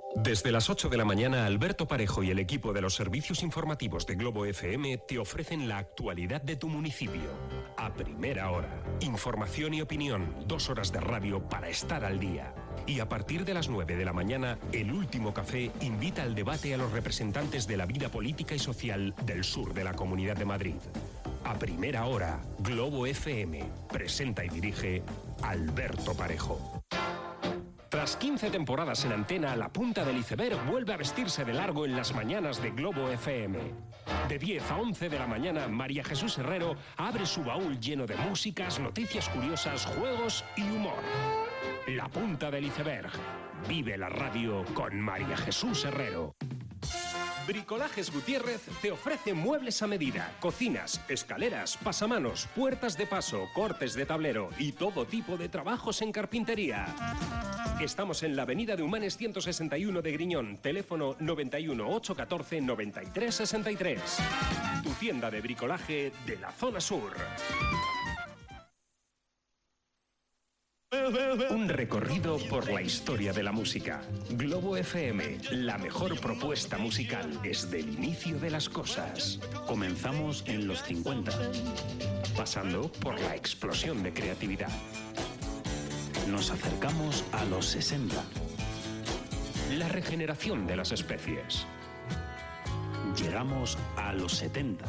Desde las ocho de la mañana, Alberto Parejo y el equipo de los servicios informativos de Globo F M te ofrecen la actualidad de tu municipio. A primera hora, información y opinión, dos horas de radio para estar al día. Y a partir de las nueve de la mañana, El Último Café invita al debate a los representantes de la vida política y social del sur de la Comunidad de Madrid. A primera hora, Globo F M presenta y dirige Alberto Parejo. Tras quince temporadas en antena, La Punta del Iceberg vuelve a vestirse de largo en las mañanas de Globo F M. De diez a once de la mañana, María Jesús Herrero abre su baúl lleno de músicas, noticias curiosas, juegos y humor. La Punta del Iceberg. Vive la radio con María Jesús Herrero. Bricolajes Gutiérrez te ofrece muebles a medida, cocinas, escaleras, pasamanos, puertas de paso, cortes de tablero y todo tipo de trabajos en carpintería. Estamos en la avenida de Humanes ciento sesenta y uno de Griñón, teléfono noventa y uno, ochocientos catorce, noventa y tres sesenta y tres. Tu tienda de bricolaje de la zona sur. Un recorrido por la historia de la música. Globo F M, la mejor propuesta musical desde el inicio de las cosas. Comenzamos en los cincuenta, pasando por la explosión de creatividad. Nos acercamos a los sesenta. La regeneración de las especies. Llegamos a los setenta.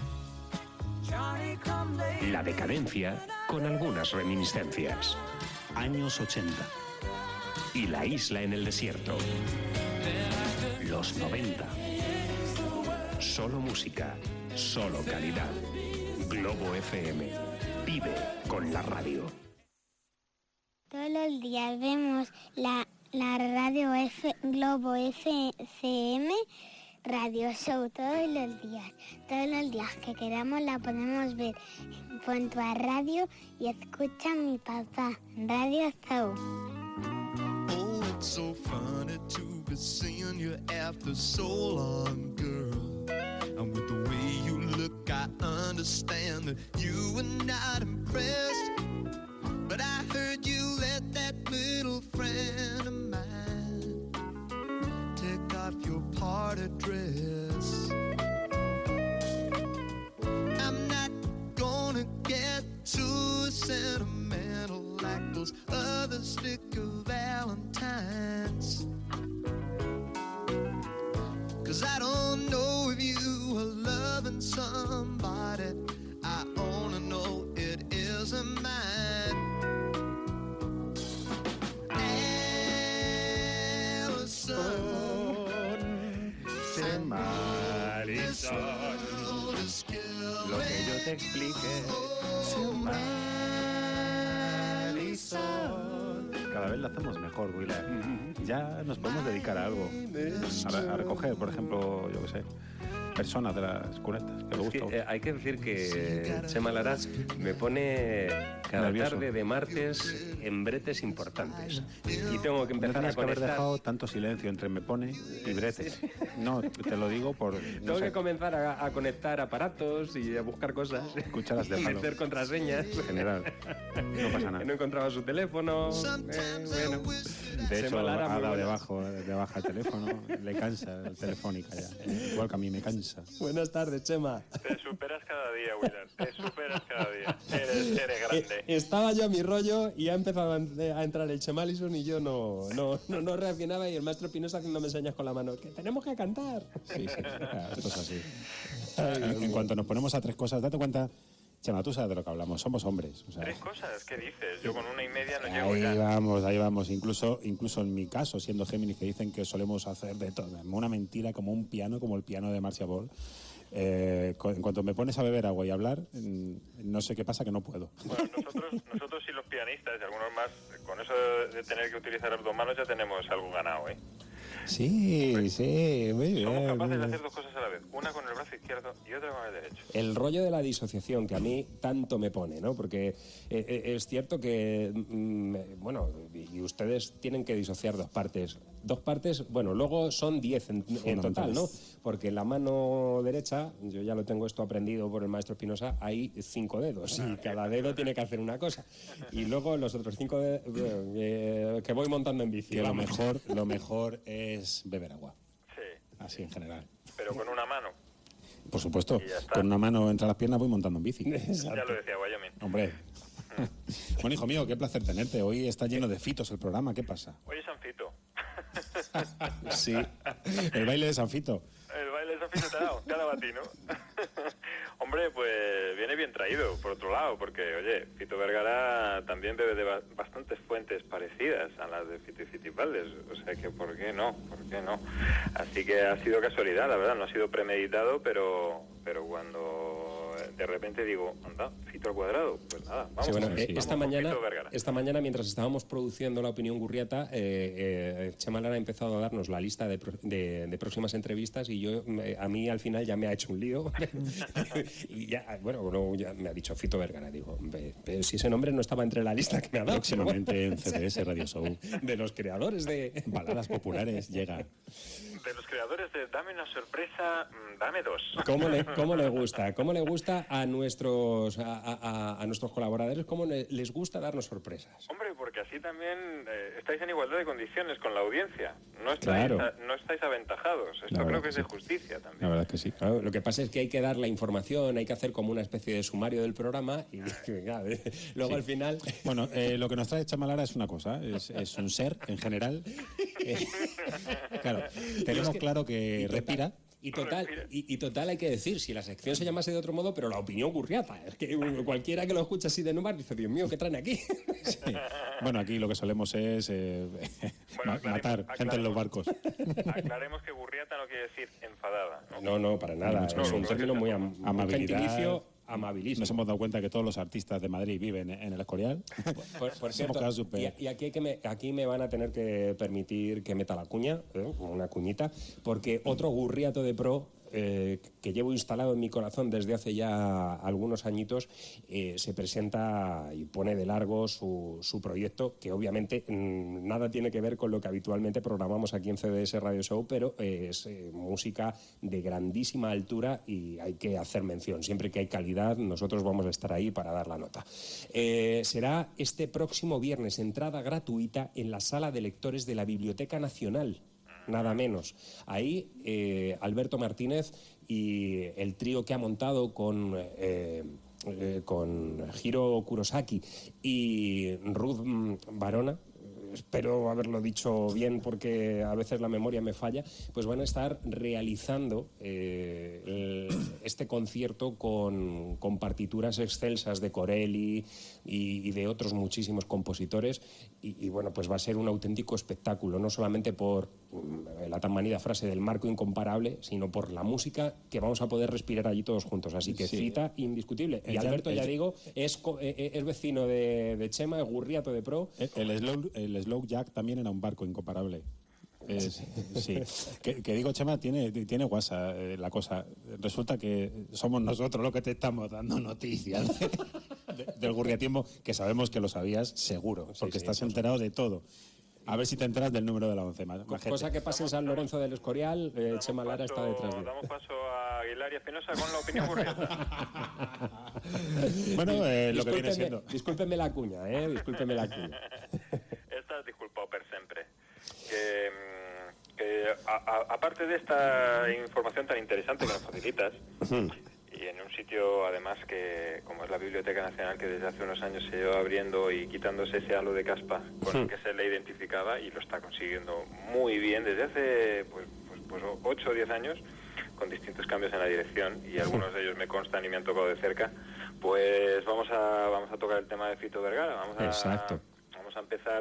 La decadencia con algunas reminiscencias. Años ochenta. Y la isla en el desierto. Los noventa. Solo música, solo calidad. Globo F M. Vive con la radio. Todos los días vemos la, la radio F, Globo F M Radio Show, todos los días. Todos los días que queramos la podemos ver. Junto a radio y escucha a mi papá. Radio Show. Oh, it's so funny to be seeing you after so long, girl. And with the way you look, I understand that you were not impressed. But I heard you let that little friend of mine take off your party dress. I'm not gonna get too sentimental like those other sticker valentines. Cause I don't know if you are loving somebody. I only know it isn't mine. Lo que yo te explique. Cada vez lo hacemos mejor, Willa. Ya nos podemos dedicar a algo. A, a recoger, por ejemplo, yo qué sé, personas de las cunetas. Que me Es que, gusta. eh, hay que decir que Chema Lara me pone cada Nervioso. tarde de martes en bretes importantes. Y tengo que No empezar a tenías que haber conectar. dejado tanto silencio entre me pone y bretes. No, te lo digo por... no Tengo sé, que comenzar a, a conectar aparatos y a buscar cosas. Cucharas de y palo. hacer contraseñas. En general, no pasa nada. No encontraba su teléfono. Eh, bueno. De hecho, Chema Lara, ha muy dado de, buenas. bajo, de baja el teléfono, le cansa el telefónica ya. Igual que a mí me cansa. Buenas tardes, Chema. Te superas cada día, Willard. Te superas cada día. Eres, eres grande. Eh, estaba yo a mi rollo y ha empezado a, a entrar el Chema Allison y yo no, no, no, no reaccionaba y el maestro Pinoza haciéndome señas con la mano. Que tenemos que cantar. Sí, sí, esto es así. En, en cuanto nos ponemos a tres cosas, date cuenta, Chema, tú sabes de lo que hablamos, somos hombres. O sea, ¿Tres cosas? ¿Qué dices? Yo con una y media no llego ahí ya. vamos, ahí vamos. Incluso, incluso en mi caso, siendo Géminis, que dicen que solemos hacer de todo. Una mentira como un piano, como el piano de Marcia Ball. Eh, cu- en cuanto me pones a beber agua y a hablar, mm, no sé qué pasa, que no puedo. Bueno, nosotros, nosotros y los pianistas y algunos más, con eso de tener que utilizar las dos manos ya tenemos algo ganado, ¿eh? Sí, sí, muy bien. Somos muy capaces de bien. hacer dos cosas a la vez, una con el brazo izquierdo y otra con el derecho. El rollo de la disociación que a mí tanto me pone, ¿no? Porque eh, eh, es cierto que, mm, eh, bueno, y ustedes tienen que disociar dos partes. Dos partes, bueno, luego son diez en, en total, ¿no? Porque en la mano derecha, yo ya lo tengo esto aprendido por el maestro Espinosa, hay cinco dedos y cada dedo tiene que hacer una cosa. Y luego los otros cinco dedos eh, que voy montando en bici. Que lo vamos. mejor, lo mejor es es beber agua. Sí. Así en general. Pero con una mano. Por supuesto, Y ya está. con una mano entre las piernas voy montando en bici. Ya lo decía Wyoming. Hombre. Bueno, hijo mío, qué placer tenerte. Hoy está lleno de fitos el programa, ¿qué pasa? Hoy es San Fito. Sí, el baile de San Fito. El baile de San Fito te ha dado, te ha dado a ti, ¿no? Hombre, pues viene bien traído, por otro lado, porque, oye, Fito Vergara también bebe de ba- bastantes fuentes parecidas a las de Fito y Fitipaldes, o sea que, ¿por qué no? ¿Por qué no? Así que ha sido casualidad, la verdad, no ha sido premeditado, pero, pero cuando de repente digo, anda, Fito al cuadrado, pues nada, vamos. Sí, bueno, a ver, eh, vamos esta con mañana, Fito Vergara. esta mañana, mientras estábamos produciendo La Opinión Gurriata, eh, eh, Chema Lara ha empezado a darnos la lista de, pro- de- de próximas entrevistas y yo, me- a mí al final ya me ha hecho un lío. Y ya, bueno, luego ya me ha dicho Fito Vergara. Digo, "Ve, pero si ese nombre no estaba entre la lista que me ha dado". Próximamente en C D S Radio Show. De los creadores de Baladas populares llega. De los creadores de Dame una sorpresa, mm, dame dos. ¿Cómo le, cómo le gusta? ¿Cómo le gusta a nuestros a, a- a nuestros colaboradores? ¿Cómo le- les gusta darnos sorpresas? Hombre, porque así también eh, estáis en igualdad de condiciones con la audiencia. No estáis, Claro. a- no estáis aventajados. Esto La creo verdad que es que de justicia también. La verdad es que sí. Claro, lo que pasa es que hay que dar la información, hay que hacer como una especie de sumario del programa y venga, luego Sí. al final... Bueno, eh, lo que nos trae Chamalara es una cosa, es, es un ser en general. Eh, claro, tenemos Es que- claro que y total- respira. Y total, y, y total hay que decir, si la sección se llamase de otro modo, pero la opinión gurriata. Es que cualquiera que lo escucha así de nomás dice, Dios mío, ¿qué traen aquí? Sí. Bueno, aquí lo que solemos es eh, ma- matar gente en los barcos. Aclaremos que burriata no quiere decir enfadada, ¿no? No, no, para nada. Ni mucho Es un menos. término muy am- un Amabilidad. gentilicio amabilísimo. Nos hemos dado cuenta que todos los artistas de Madrid viven en el Escorial. Por, por Hemos cierto, quedado súper- y, y aquí, hay que me, aquí me van a tener que permitir que meta la cuña, ¿eh? Una cuñita, porque otro gurriato de pro eh, que llevo instalado en mi corazón desde hace ya algunos añitos, eh, se presenta y pone de largo su, su proyecto, que obviamente mm, nada tiene que ver con lo que habitualmente programamos aquí en C D S Radio Show, pero eh, es eh, música de grandísima altura y hay que hacer mención. Siempre que hay calidad, nosotros vamos a estar ahí para dar la nota. Eh, será este próximo viernes, entrada gratuita en la sala de lectores de la Biblioteca Nacional. Nada menos. Ahí eh, Alberto Martínez y el trío que ha montado con, eh, eh, con Hiro Kurosaki y Ruth mm, Barona, espero haberlo dicho bien porque a veces la memoria me falla, pues van a estar realizando eh, el- este concierto con, con partituras excelsas de Corelli y, y de otros muchísimos compositores y, y, bueno, pues va a ser un auténtico espectáculo, no solamente por mm, la tan manida frase del marco incomparable, sino por la música que vamos a poder respirar allí todos juntos, así que Sí. cita indiscutible. El Y jam- Alberto, el ya jam- digo, es, co- eh, eh, es vecino de, de Chema, es gurriato de pro. El, el slow, el slow jack también era un barco incomparable. Es- sí. Que, que digo, Chema, tiene, tiene guasa eh, la cosa. Resulta que somos nosotros los que te estamos dando noticias de- del gurriatismo, que sabemos que lo sabías seguro, porque sí, estás por enterado de todo. A ver si te enteras del número de la once. Más, más Cosa gente. que pasa en San Lorenzo del Escorial, eh, Chema Lara está detrás de él. Damos paso a Aguilar y Espinosa con la opinión burriata. Bueno, eh, lo que viene Discúlpeme- siendo. Discúlpeme la cuña, ¿eh? Discúlpeme la cuña. Estás disculpado per siempre. Que, mm, que a- a- aparte de esta información tan interesante que nos facilitas, y en un sitio además que, como es la Biblioteca Nacional, que desde hace unos años se lleva abriendo y quitándose ese halo de caspa con el que se le identificaba, y lo está consiguiendo muy bien desde hace pues, pues, pues ocho o diez años, con distintos cambios en la dirección, y algunos de ellos me constan y me han tocado de cerca, pues vamos a, vamos a tocar el tema de Fito Vergara. Vamos a, Exacto. Vamos a empezar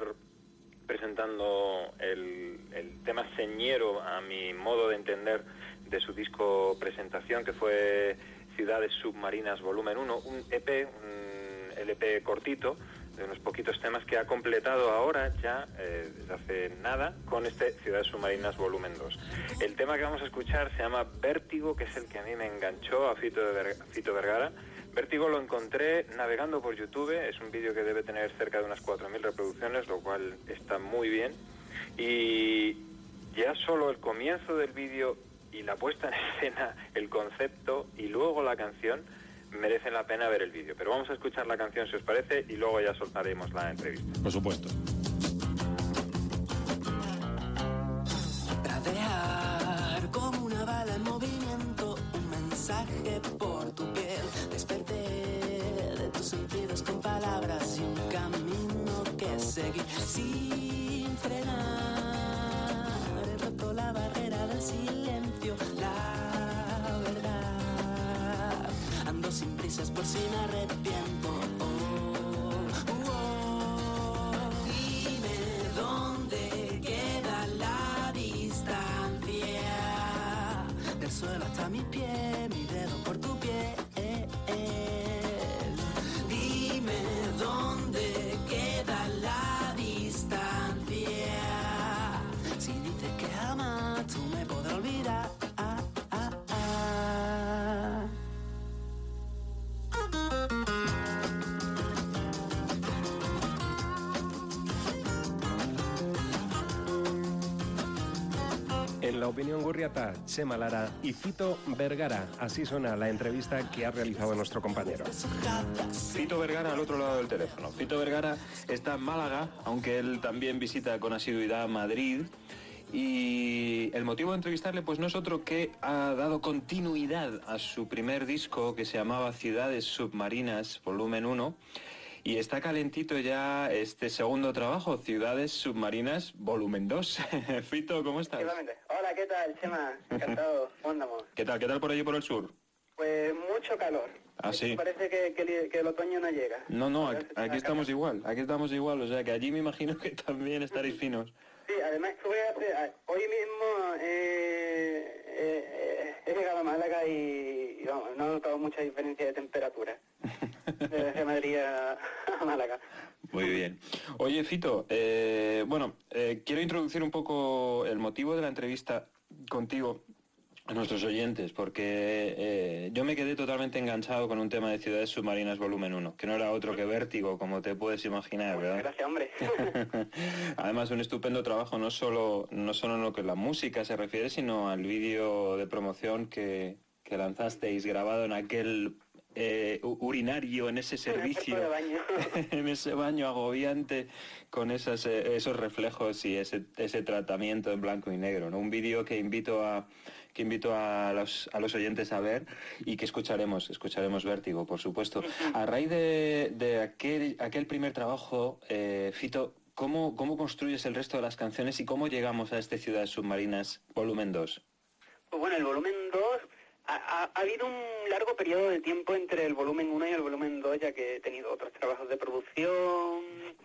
presentando el, el tema señero, a mi modo de entender, de su disco presentación, que fue Ciudades Submarinas Volumen uno, un E P, un L P cortito, de unos poquitos temas que ha completado ahora ya, eh, desde hace nada, con este Ciudades Submarinas Volumen dos. El tema que vamos a escuchar se llama Vértigo, que es el que a mí me enganchó a Fito, de Ver- Fito Vergara. Vértigo lo encontré navegando por YouTube, es un vídeo que debe tener cerca de unas cuatro mil reproducciones, lo cual está muy bien. Y ya solo el comienzo del vídeo y la puesta en escena, el concepto y luego la canción merecen la pena ver el vídeo. Pero vamos a escuchar la canción si os parece y luego ya soltaremos la entrevista. Por supuesto. Dejar como una bala en movimiento un mensaje por tu piel. Desperté de tus sentidos con palabras y un camino que seguir sin frenar. He roto la barrera del silencio, la verdad. Ando sin prisas por si me arrepiento. Oh, oh. Dime dónde queda la distancia del suelo hasta mi pie, mi dedo por tu piel. Dime dónde queda la distancia. Si dices que jamás tú me podrás olvidar. Ah, ah, ah. En la opinión gurriata, Chema Lara y Fito Vergara. Así suena la entrevista que ha realizado nuestro compañero. Fito Vergara al otro lado del teléfono. Fito Vergara está en Málaga, aunque él también visita con asiduidad Madrid. Y el motivo de entrevistarle pues no es otro que ha dado continuidad a su primer disco que se llamaba Ciudades Submarinas, volumen uno. Y está calentito ya este segundo trabajo, Ciudades Submarinas, volumen dos. Fito, ¿cómo estás? Efectivamente. Hola, ¿qué tal, Chema? Encantado. ¿Cómo andamos? ¿Qué tal? ¿Qué tal por allí por el sur? Pues mucho calor. Ah, sí. Parece que, que el- que el otoño no llega. No, no, aquí, aquí estamos igual, aquí estamos igual, o sea que allí me imagino que también estaréis finos. Sí, además estuve hace, a- hoy mismo eh, eh, he llegado a Málaga y, y vamos, no he notado mucha diferencia de temperatura desde Madrid a, a Málaga. Muy bien. Oye, Fito, eh, bueno, eh, quiero introducir un poco el motivo de la entrevista contigo a nuestros oyentes, porque eh, yo me quedé totalmente enganchado con un tema de Ciudades Submarinas volumen uno, que no era otro que Vértigo, como te puedes imaginar, ¿verdad? Gracias, hombre. Además, un estupendo trabajo, no solo, no solo en lo que la música se refiere, sino al vídeo de promoción que, que lanzasteis grabado en aquel eh, u- urinario, en ese servicio, de baño. en ese baño agobiante, con esas, eh, esos reflejos y ese, ese tratamiento en blanco y negro, ¿no? Un vídeo que invito a que invito a los, a los oyentes a ver y que escucharemos, escucharemos Vértigo, por supuesto. A raíz de, de aquel, aquel primer trabajo, eh, Fito, ¿cómo, ¿cómo construyes el resto de las canciones y cómo llegamos a este Ciudades Submarinas volumen dos? Pues bueno, el volumen dos, ha, ha- ha habido un largo periodo de tiempo entre el volumen uno y el volumen dos, ya que he tenido otros trabajos de producción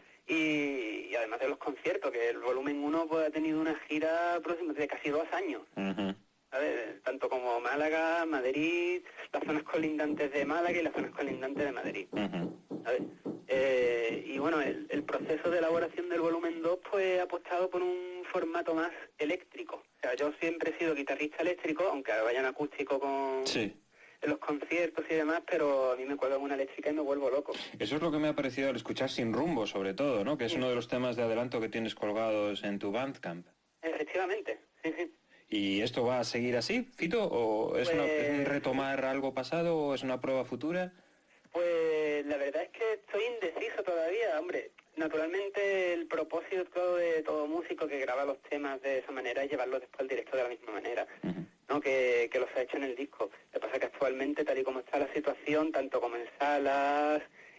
y, y además de los conciertos, que el volumen uno pues, ha tenido una gira próxima de casi dos años. ¿Sabes? Tanto como Málaga, Madrid, las zonas colindantes de Málaga y las zonas colindantes de Madrid. ¿Sabes? Eh, y bueno, el, el proceso de elaboración del volumen dos pues ha apostado por un formato más eléctrico. O sea, yo siempre he sido guitarrista eléctrico, aunque vaya en acústico con Sí. en los conciertos y demás, pero a mí me cuelga una eléctrica y me vuelvo loco. Eso es lo que me ha parecido al escuchar Sin Rumbo, sobre todo, ¿no? Que es uno de los temas de adelanto que tienes colgados en tu Bandcamp. Efectivamente, sí, sí. ¿Y esto va a seguir así, Fito? ¿O es, una- es un Pues- retomar algo pasado o es una prueba futura? Pues la verdad es que estoy indeciso todavía, hombre. Naturalmente el propósito de todo músico que graba los temas de esa manera es llevarlos después al directo de la misma manera, ¿no? Que, que los ha hecho en el disco. Lo que pasa es que actualmente, tal y como está la situación, tanto como en salas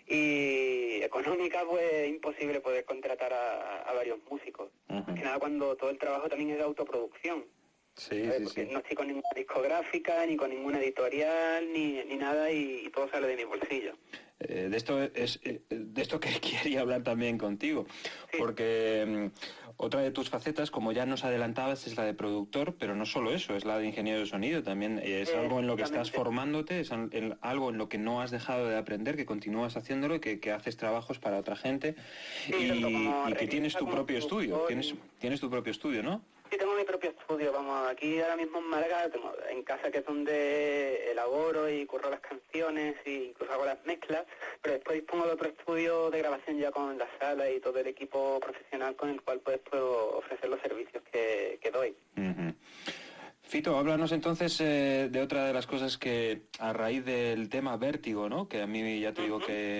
y económica, pues es imposible poder contratar a, a varios músicos. Más que nada cuando todo el trabajo también es de autoproducción. Sí, ¿sabes? sí, Porque sí. no estoy con ninguna discográfica, ni con ninguna editorial, ni, ni nada, y, y todo sale de mi bolsillo. Eh, de esto es eh, de esto que quería hablar también contigo, porque mm, otra de tus facetas, como ya nos adelantabas, es la de productor, pero no solo eso, es la de ingeniero de sonido, también es Eh, algo en lo que estás exactamente. formándote, es al- en- algo en lo que no has dejado de aprender, que continúas haciéndolo y que, que haces trabajos para otra gente Sí, y, tanto como y que tienes arreglista tu como propio estudio, productor tienes, y- tienes tu propio estudio, ¿no? Sí, tengo mi propio estudio, vamos, aquí ahora mismo en Málaga, tengo en casa, que es donde elaboro y curro las canciones e incluso hago las mezclas, pero después dispongo de otro estudio de grabación ya con la sala y todo el equipo profesional con el cual pues puedo ofrecer los servicios que, que doy. Ujú. Fito, háblanos entonces eh, de otra de las cosas que a raíz del tema Vértigo, ¿no? Que a mí ya te digo que,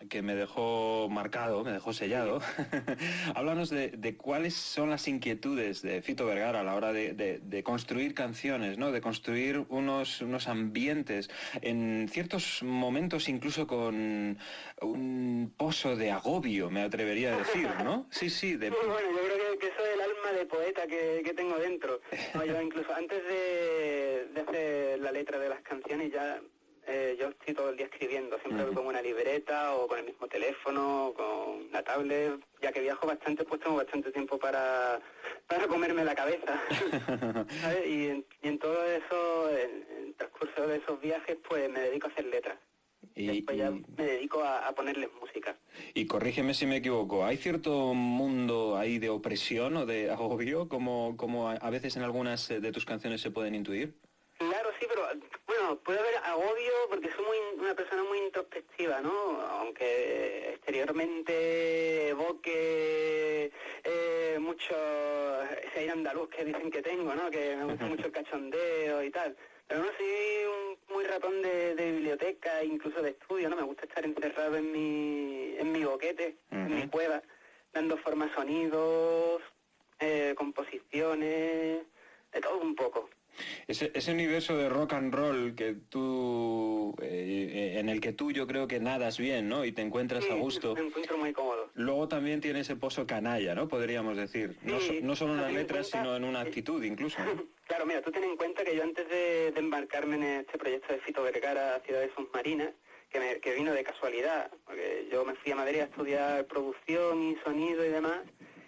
que me dejó marcado, me dejó sellado. Háblanos de, de cuáles son las inquietudes de Fito Vergara a la hora de, de, de construir canciones, ¿no? De construir unos, unos ambientes, en ciertos momentos incluso con un pozo de agobio, me atrevería a decir, ¿no? Sí, sí. De... Bueno, yo creo que, que eso es el alma de poeta que, que tengo dentro. No, yo incluso antes de, de hacer la letra de las canciones ya... Eh, yo estoy todo el día escribiendo, siempre voy con una libreta o con el mismo teléfono, con la tablet. Ya que viajo bastante, pues tengo bastante tiempo para, para comerme la cabeza. ¿Sabes? Y, en, y en todo eso, en, en el transcurso de esos viajes, pues me dedico a hacer letras. Y después ya me dedico a, a ponerles música. Y corrígeme si me equivoco, ¿hay cierto mundo ahí de opresión o de agobio, como, como a, a veces en algunas de tus canciones se pueden intuir? Claro, sí, pero bueno, puede haber agobio porque soy muy, una persona muy introspectiva, ¿no? Aunque exteriormente evoque eh, mucho ese aire andaluz que dicen que tengo, ¿no? Que me gusta mucho el cachondeo y tal. Pero no, soy un, muy ratón de, de biblioteca, incluso de estudio, ¿no? Me gusta estar encerrado en mi, en mi boquete, uh-huh. en mi cueva, dando forma a sonidos, eh, composiciones, de todo un poco. Ese, ese universo de rock and roll que tú, eh, en el que tú yo creo que nadas bien, ¿no? Y te encuentras sí, a gusto. Me encuentro muy cómodo. Luego también tiene ese pozo canalla, ¿no? Podríamos decir. Sí, no, so, no solo en las letras, cuenta, sino en una actitud incluso, ¿no? Claro, mira, tú ten en cuenta que yo antes de, de embarcarme en este proyecto de Fito Vergara, Ciudades Submarinas, que, me, que vino de casualidad, porque yo me fui a Madrid a estudiar producción y sonido y demás,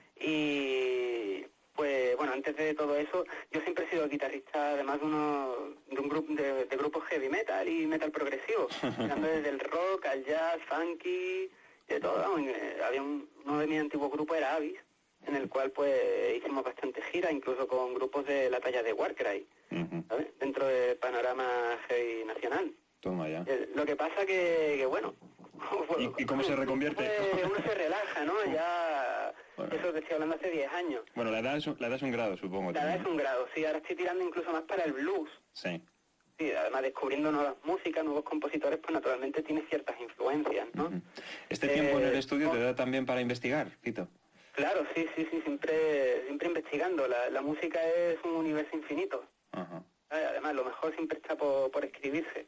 y... Pues bueno, antes de todo eso, yo siempre he sido guitarrista, además de, uno, de un grupo de, de grupos heavy metal y metal progresivo, tirando desde el rock al jazz, funky, de todo. Vamos, había un, uno de mis antiguos grupos era Avis, en el cual pues hicimos bastante gira, incluso con grupos de la talla de Warcry, uh-huh. ¿sabes? Dentro del panorama heavy nacional. Toma ya. Eh, lo que pasa que, que bueno... ¿Y, ¿Y cómo se reconvierte? Pues, uno se relaja, ¿no? Ya... Bueno. Eso te estoy hablando hace diez años. Bueno, la edad es un, la edad es un grado, supongo. La edad es un grado, sí. Ahora estoy tirando incluso más para el blues. Sí. Sí, además descubriendo nuevas músicas, nuevos compositores, pues naturalmente tiene ciertas influencias, ¿no? Uh-huh. ¿Este eh, tiempo en el estudio te da también para investigar, Fito? Claro, sí, sí, sí, siempre siempre investigando. La, la música es un universo infinito. Uh-huh. Además, lo mejor siempre está por, por escribirse.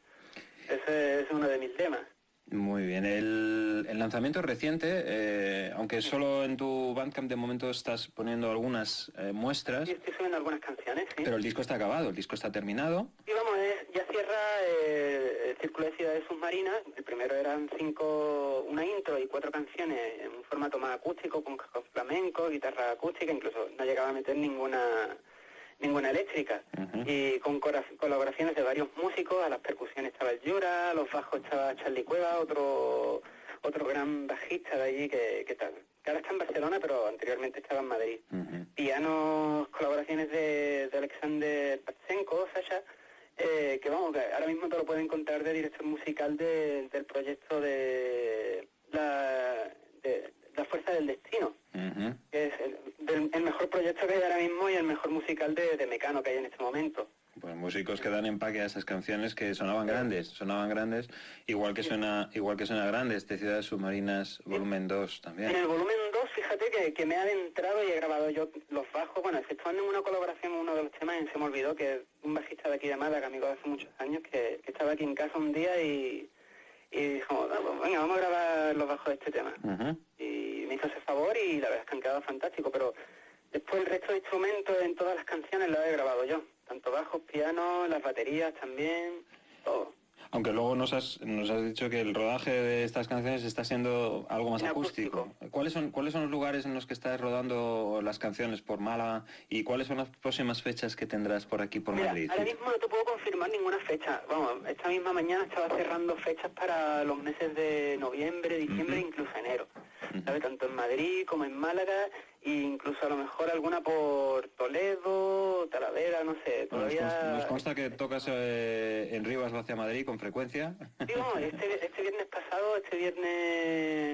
Ese es uno de mis lemas. Muy bien. El, el lanzamiento reciente, eh, aunque solo en tu Bandcamp de momento estás poniendo algunas eh, muestras... Sí, estoy subiendo algunas canciones, sí. Pero el disco está acabado, el disco está terminado. Sí, vamos, eh, ya cierra eh, el Círculo de Ciudades Submarinas. El primero eran cinco, una intro y cuatro canciones en un formato más acústico, con cajón flamenco, guitarra acústica, incluso no llegaba a meter ninguna... ninguna eléctrica, uh-huh. y con colaboraciones de varios músicos. A las percusiones estaba el Yura, a los bajos estaba Charlie Cueva, otro otro gran bajista de allí que, que, tal, que ahora está en Barcelona, pero anteriormente estaba en Madrid. Uh-huh. Pianos, colaboraciones de, de Alexander Patsenko, Sasha, eh, que vamos, que ahora mismo te lo pueden encontrar de director musical de, del proyecto de la, de la Fuerza del Destino. Uh-huh. Que es el, del, el mejor proyecto que hay ahora mismo y el mejor musical de, de Mecano que hay en este momento. Pues músicos que dan empaque a esas canciones que sonaban sí. grandes, sonaban grandes, igual que sí. suena igual que suena grandes, de Ciudades Submarinas, volumen dos también. En el volumen dos, fíjate que, que me he adentrado y he grabado yo los bajos, bueno, exceptuando en una colaboración en uno de los temas, se me olvidó que un bajista de aquí de Málaga, amigo de hace muchos años, que, que estaba aquí en casa un día y, y dijo, venga, vamos a grabar los bajos de este tema. Uh-huh. Y me hizo ese favor y la verdad es que han quedado fantásticos, pero después el resto de instrumentos en todas las canciones los he grabado yo, tanto bajos, pianos, las baterías también, todo. Aunque luego nos has, nos has dicho que el rodaje de estas canciones está siendo algo más acústico. acústico. ¿Cuáles son, ¿Cuáles son los lugares en los que estás rodando las canciones por Málaga y cuáles son las próximas fechas que tendrás por aquí por Mira, Madrid? Ahora mismo no te puedo confirmar ninguna fecha. Vamos, esta misma mañana estaba cerrando fechas para los meses de noviembre, diciembre e uh-huh. incluso enero. Uh-huh. ¿Sabes? Tanto en Madrid como en Málaga, e incluso a lo mejor alguna por Toledo, Talavera, no sé. Todavía... Nos consta, nos consta que tocas eh, en Rivas hacia Madrid con frecuencia. Sí, vamos, este, este viernes pasado, este viernes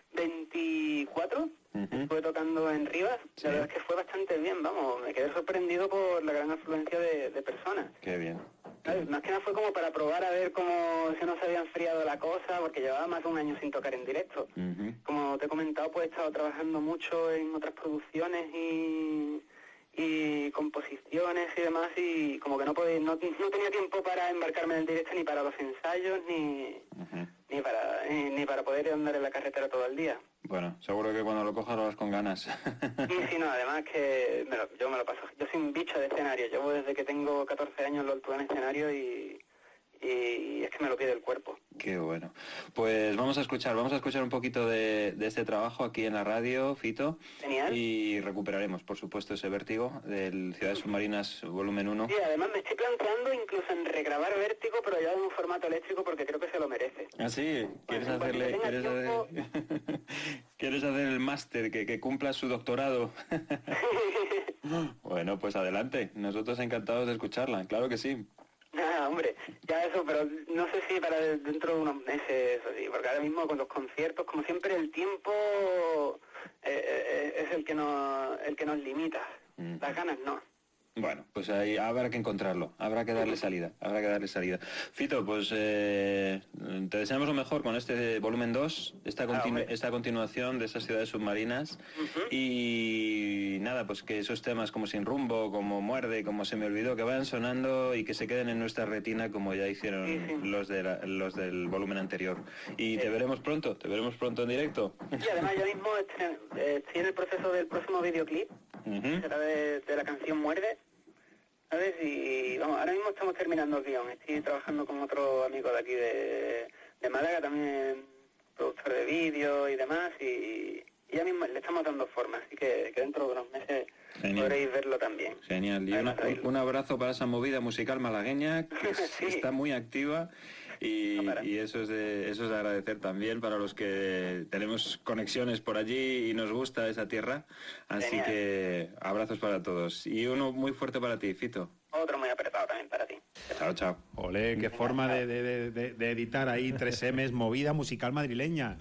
veinticuatro, uh-huh. estuve tocando en Rivas. Sí. La verdad es que fue bastante bien, vamos, me quedé sorprendido por la gran afluencia de, de personas. Qué bien. ¿sabes? Más que nada fue como para probar a ver cómo se nos había enfriado la cosa, porque llevaba más de un año sin tocar en directo. Ujú. Como te he comentado, pues he estado trabajando mucho en otras producciones y, y composiciones y demás, y como que no, podía, no, no tenía tiempo para embarcarme en el directo, ni para los ensayos, ni, ni, para, ni, ni para poder andar en la carretera todo el día. Bueno, seguro que cuando lo cojas lo vas con ganas. Y sí, no, además que me lo- yo me lo paso, yo soy un bicho de escenario, llevo desde que tengo catorce años lo actúo en escenario y, y es que me lo pide el cuerpo. Qué bueno. Pues vamos a escuchar, vamos a escuchar un poquito de, de este trabajo aquí en la radio, Fito. Genial. Y recuperaremos, por supuesto, ese vértigo del Ciudades Submarinas volumen uno. Sí, además me estoy planteando incluso en regrabar Vértigo, pero ya en un formato eléctrico porque creo que se lo merece. Ah, sí, ¿quieres en cuanto hacerle, tenga quieres hacer, quieres hacer el máster, que, que cumpla su doctorado? Bueno, pues adelante, nosotros encantados de escucharla, claro que sí. Ah, hombre, ya eso, pero no sé si para dentro de unos meses o así, porque ahora mismo con los conciertos, como siempre, el tiempo eh, eh, es el que nos, el que nos limita, las ganas no. Bueno, pues ahí habrá que encontrarlo, habrá que darle salida, habrá que darle salida. Fito, pues eh, te deseamos lo mejor con este volumen dos, esta, continu- esta continuación de esas ciudades submarinas. Y nada, pues que esos temas como Sin Rumbo, como Muerde, como Se me olvidó, que vayan sonando y que se queden en nuestra retina como ya hicieron los, de la- los del volumen anterior. Y te veremos pronto, te veremos pronto en directo. Y además yo mismo estoy, eh, estoy en el proceso del próximo videoclip, Ujú. será de, de la canción Muerde, ¿sabes? Y vamos, ahora mismo estamos terminando el guión, estoy trabajando con otro amigo de aquí de, de Málaga, también productor de vídeo y demás, y, y ya mismo le estamos dando forma, así que, que dentro de unos meses Genial. podréis verlo también. Genial, y una- un abrazo para esa movida musical malagueña que es- está muy activa y, y eso es de, eso es de agradecer también para los que tenemos conexiones por allí y nos gusta esa tierra, así Genial. que abrazos para todos y uno muy fuerte para ti, Fito. Otro muy apretado también para ti. Chao, chao. Olé, qué forma de, de- de- de- de editar ahí tres M's, movida musical madrileña.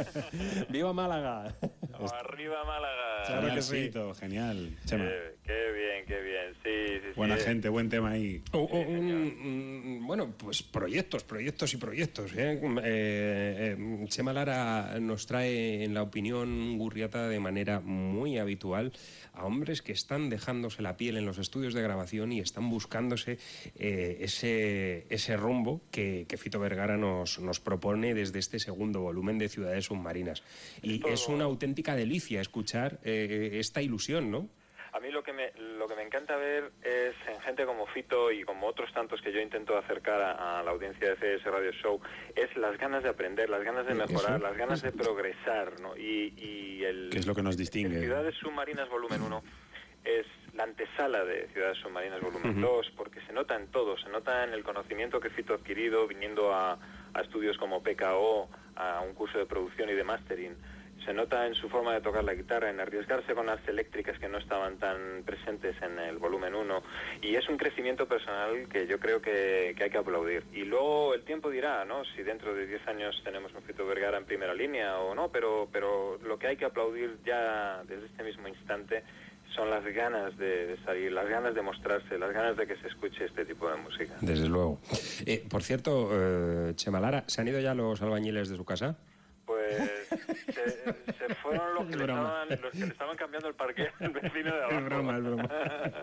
¡Viva Málaga! Arriba Málaga. Genial, Fito, genial. Chema, Qué, qué bien, qué bien. Sí, sí, sí. buena gente, buen tema ahí. O- o un- un- bueno, pues proyectos, proyectos y proyectos. ¿eh? Eh, eh, Chema Lara nos trae en la opinión Gurriata de manera muy habitual a hombres que están dejándose la piel en los estudios de grabación y están buscándose eh, ese, ese rumbo que, que Fito Vergara nos, nos propone desde este segundo volumen de Ciudades Submarinas. Y es una auténtica delicia escuchar eh, esta ilusión, ¿no? A mí lo que me lo que me encanta ver es en gente como Fito y como otros tantos que yo intento acercar a, a la audiencia de C S Radio Show, es las ganas de aprender, las ganas de mejorar, Eso. las ganas de progresar, ¿no? Y, y el ¿Qué es lo que nos distingue? Ciudades Submarinas Volumen uno es la antesala de Ciudades Submarinas Volumen Ujú. dos, porque se nota en todo, se nota en el conocimiento que Fito ha adquirido viniendo a, a estudios como P K O, a un curso de producción y de mastering. Se nota en su forma de tocar la guitarra, en arriesgarse con las eléctricas que no estaban tan presentes en el volumen uno, y es un crecimiento personal que yo creo que, que hay que aplaudir. Y luego el tiempo dirá, ¿no?, si dentro de diez años tenemos un Fito Vergara en primera línea o no, pero, pero lo que hay que aplaudir ya desde este mismo instante son las ganas de, de salir, las ganas de mostrarse, las ganas de que se escuche este tipo de música. Desde luego. Eh, por cierto, eh, Chema Lara, ¿se han ido ya los albañiles de su casa? Pues se, se fueron los que, le estaban, los que le estaban cambiando el parque al vecino de abajo. Es broma, es broma.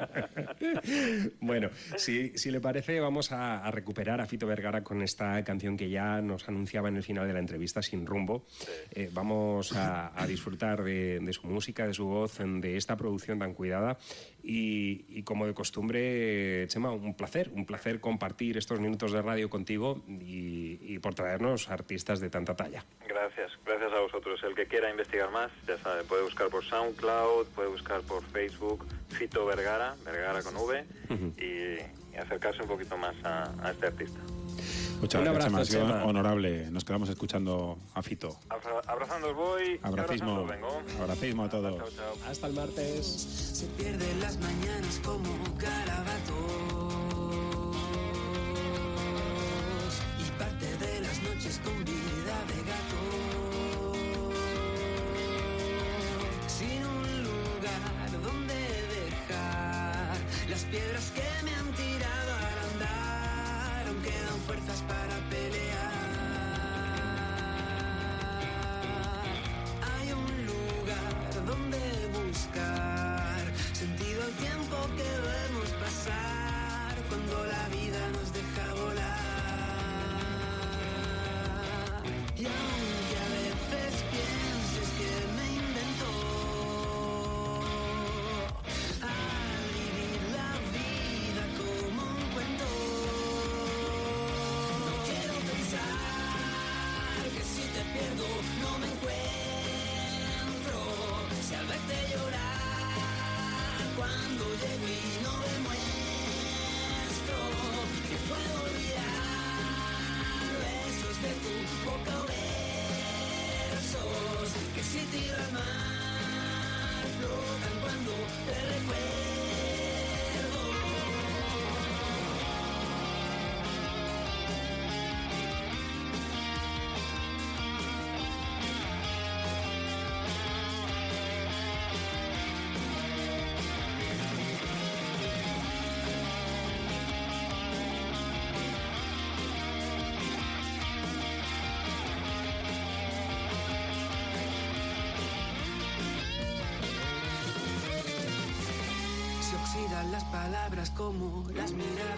Bueno, si, si le parece, vamos a, a recuperar a Fito Vergara con esta canción que ya nos anunciaba en el final de la entrevista, Sin Rumbo. Eh, vamos a, a disfrutar de, de su música, de su voz, de esta producción tan cuidada. Y, y como de costumbre, Chema, un placer, un placer compartir estos minutos de radio contigo y, y por traernos artistas de tanta talla. Gracias, gracias a vosotros. El que quiera investigar más, ya sabe, puede buscar por SoundCloud, puede buscar por Facebook, Fito Vergara, Vergara con V, y, y acercarse un poquito más a, a este artista. Muchas Un gracias, Chema. abrazo, Ha sido Chema. honorable. Nos quedamos escuchando a Fito. Abra- abrazando os voy, Abracismo. abrazando os vengo. Abracismo a todos. Chao, chao. Hasta el martes. Se pierden las mañanas como garabatos y parte de las noches con vida de gato, sin un lugar donde dejar las piedras que me han tirado al andar. aún quedan fuerzas para pelear. Hay un lugar donde buscar sentido al tiempo que vemos pasar cuando la vida nos deja volar. Y aunque a veces pienses que me invento al vivir la vida como un cuento, no quiero pensar que si te pierdo no me encuentro, si al verte llorar cuando llego y no demuestro que puedo olvidar besos de tu boca o versos que si tiro al mar flotan cuando te recuerdo. Se oxidan las palabras como las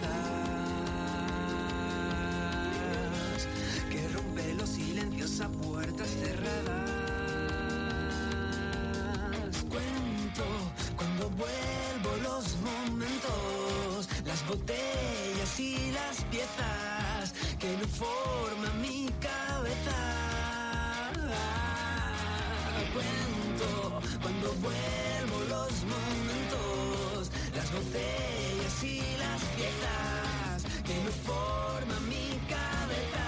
miradas, que rompe los silencios a puertas cerradas. Cuento cuando vuelvo los momentos, las botellas y las piezas que no forman mi cabeza. Cuento cuando vuelvo los momentos, las botellas y las piezas que no forman mi cabeza.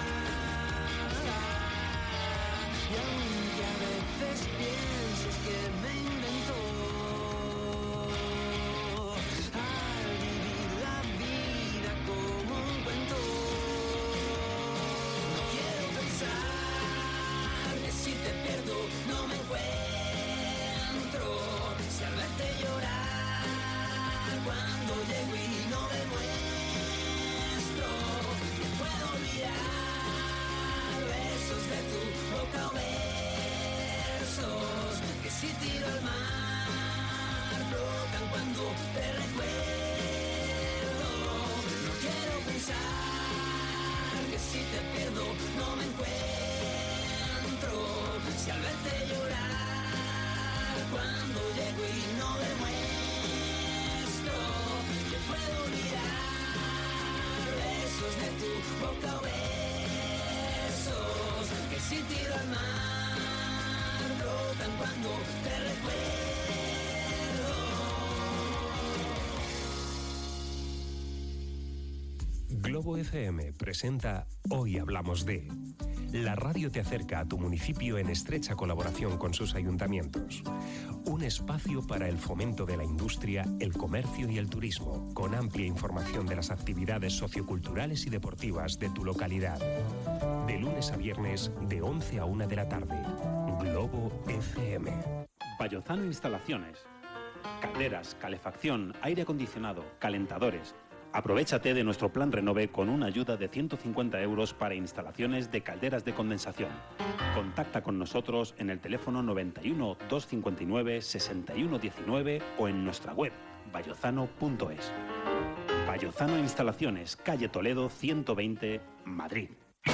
Y aunque a veces pienses que me invento al vivir la vida como un cuento, no quiero pensar que si te pierdo no me encuentro, si al verte llorar cuando llego y no demuestro que puedo olvidar besos de tu boca o versos que si tiro al mar flotan cuando te recuerdo. No quiero pensar que si te pierdo no me encuentro, si al verte llorar cuando llego y no demuestro que puedo olvidar besos de tu boca o versos que si tiro al mar flotan cuando te recuerdo. Globo F M presenta Hoy Hablamos de... La radio te acerca a tu municipio en estrecha colaboración con sus ayuntamientos. Un espacio para el fomento de la industria, el comercio y el turismo, con amplia información de las actividades socioculturales y deportivas de tu localidad. De lunes a viernes, de once a una de la tarde. Globo F M. Vallozano Instalaciones. Calderas, calefacción, aire acondicionado, calentadores. Aprovechate de nuestro plan Renove con una ayuda de ciento cincuenta euros para instalaciones de calderas de condensación. Contacta con nosotros en el teléfono noventa y uno, doscientos cincuenta y nueve, sesenta y uno diecinueve o en nuestra web vallozano punto es. Vallozano Instalaciones, calle Toledo ciento veinte, Madrid.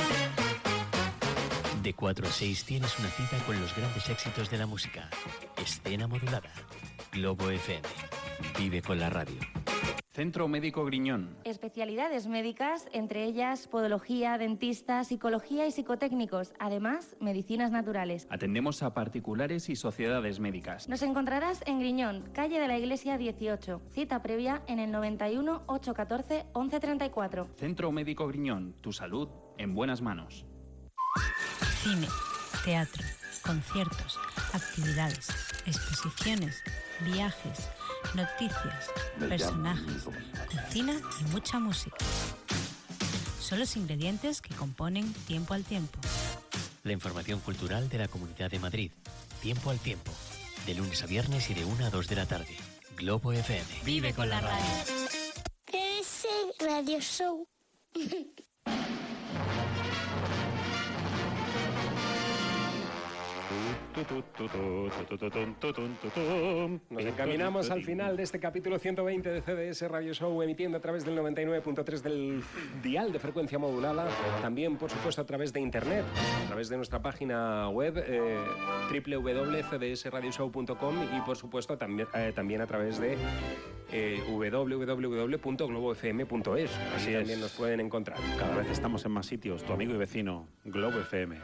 De cuatro a seis tienes una cita con los grandes éxitos de la música. Escena modulada. Globo F M. Vive con la radio. Centro Médico Griñón. Especialidades médicas, entre ellas podología, dentista, psicología y psicotécnicos. Además, medicinas naturales. Atendemos a particulares y sociedades médicas. Nos encontrarás en Griñón, calle de la Iglesia dieciocho. Cita previa en el noventa y uno, ochocientos catorce, once treinta y cuatro. Centro Médico Griñón. Tu salud en buenas manos. Cine, teatro, conciertos, actividades, exposiciones, viajes, noticias, personajes, cocina y mucha música. Son los ingredientes que componen Tiempo al Tiempo. La información cultural de la Comunidad de Madrid. Tiempo al Tiempo. De lunes a viernes y de una a dos de la tarde. Globo F M. Vive con la radio. Ese radio show Nos encaminamos al final de este capítulo ciento veinte de C D S Radio Show, emitiendo a través del noventa y nueve punto tres del dial de frecuencia modulada, también por supuesto a través de internet, a través de nuestra página web eh, doble u doble u doble u punto c d s radio show punto com y por supuesto también, eh, también a través de eh, doble u doble u doble u punto globo f m punto es. Así también nos pueden encontrar. Cada vez estamos en más sitios. Tu amigo y vecino, Globo F M.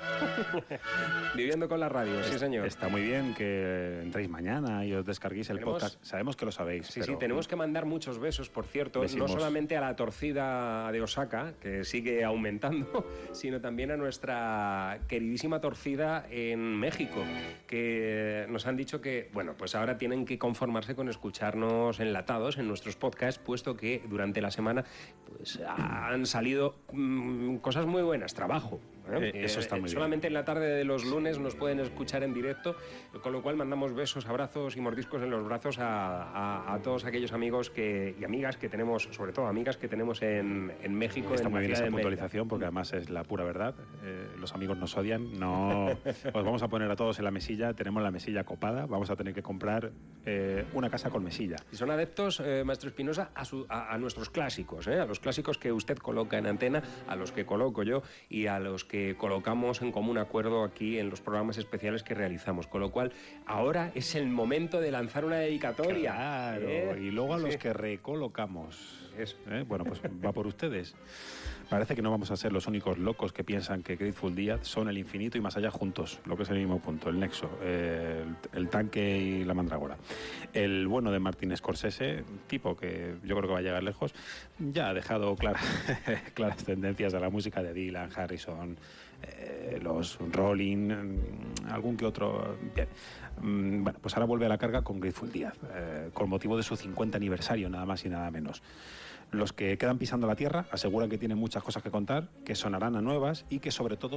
Viviendo con la radio, sí señor. Está muy bien que entréis mañana y os descarguéis el Tenemos- podcast. Sabemos que lo sabéis. Sí, pero sí, tenemos que mandar muchos besos, por cierto, Besimos. no solamente a la torcida de Osaka, que sigue aumentando, sino también a nuestra queridísima torcida en México, que nos han dicho que, bueno, pues ahora tienen que conformarse con escucharnos enlatados en nuestros podcasts, puesto que durante la semana pues han salido mm, cosas muy buenas, trabajo. ¿eh? Eh, eso está muy bien. Solamente en la tarde de los lunes nos pueden escuchar en directo, con lo cual mandamos besos, abrazos y mordiscos en los brazos a, a- a todos aquellos amigos que, y amigas que tenemos, sobre todo amigas que tenemos en, en México. Está en muy la bien ciudad esa de Mérida. puntualización porque además es la pura verdad. Eh, los amigos nos odian. No os vamos a poner a todos en la mesilla. Tenemos la mesilla copada. Vamos a tener que comprar eh, una casa con mesilla. Y son adeptos, eh, Maestro Espinosa, a, su- a- a nuestros clásicos, ¿eh? A los clásicos que usted coloca en antena, a los que coloco yo y a los que colocamos en común acuerdo aquí en los programas especiales que realizamos. Con lo cual, ahora es el momento de lanzar una dedicatoria. Claro, ¿eh? y luego a los Sí. que recolocamos. ¿Eh? Bueno, pues va por ustedes. Parece que no vamos a ser los únicos locos que piensan que Grateful Dead son el infinito y más allá juntos, lo que es el mismo punto, el nexo, eh, el, el tanque y la mandrágora. El bueno de Martin Scorsese, tipo que yo creo que va a llegar lejos, ya ha dejado clara- claras tendencias a la música de Dylan, Harrison, eh, los Rolling, mm, algún que otro. Bien. Mm, Bueno, pues ahora vuelve a la carga con Grateful Dead, eh, con motivo de su cincuenta aniversario, nada más y nada menos. Los que quedan pisando la tierra aseguran que tienen muchas cosas que contar, que sonarán a nuevas y que sobre todo,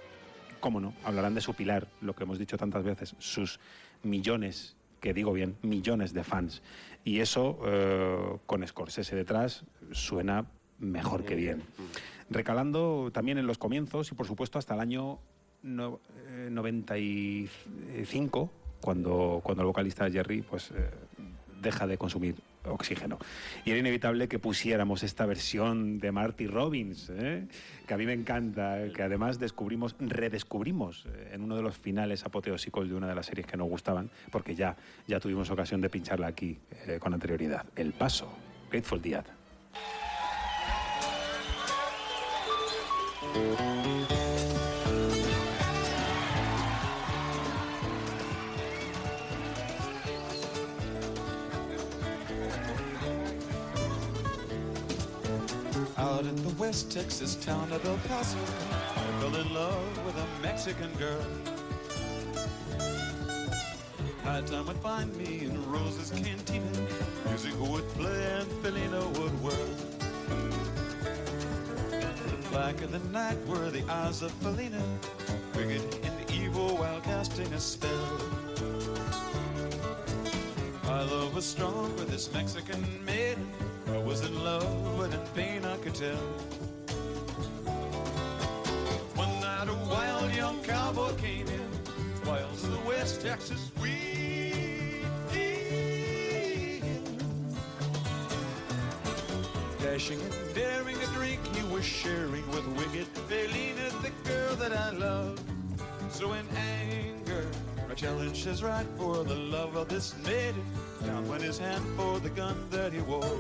cómo no, hablarán de su pilar, lo que hemos dicho tantas veces, sus millones, que digo bien, millones de fans. Y eso, eh, con Scorsese detrás, suena mejor que bien. Recalando también en los comienzos y por supuesto hasta el año no- eh, noventa y cinco, cuando, cuando el vocalista Jerry pues, eh, deja de consumir oxígeno. Y era inevitable que pusiéramos esta versión de Marty Robbins, ¿eh? Que a mí me encanta, eh, que además descubrimos, redescubrimos eh, en uno de los finales apoteósicos de una de las series que nos gustaban, porque ya, ya tuvimos ocasión de pincharla aquí eh, con anterioridad. El Paso, Grateful Dead. Out in the West Texas town of El Paso, I fell in love with a Mexican girl. High time would find me in Rose's Cantina. Music would play and Felina would whirl. Black in the night were the eyes of Felina, wicked and evil while casting a spell. My love was strong for this Mexican maiden. I was in love, but in pain I could tell. One night a wild young cowboy came in, wilds of the West Texas wheat. Dashing and daring a drink he was sharing with wicked Felina, the girl that I love. So in anger, I challenged his right for the love of this maiden. Down went his hand for the gun that he wore.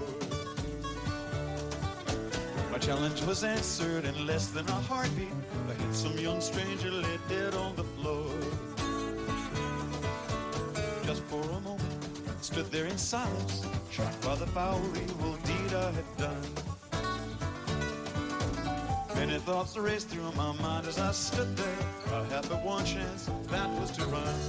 My challenge was answered in less than a heartbeat. The handsome young stranger lay dead on the floor. Just for a moment, stood there in silence, shocked by the foul evil deed I had done. Many thoughts raced through my mind as I stood there. I had but one chance, that was to run.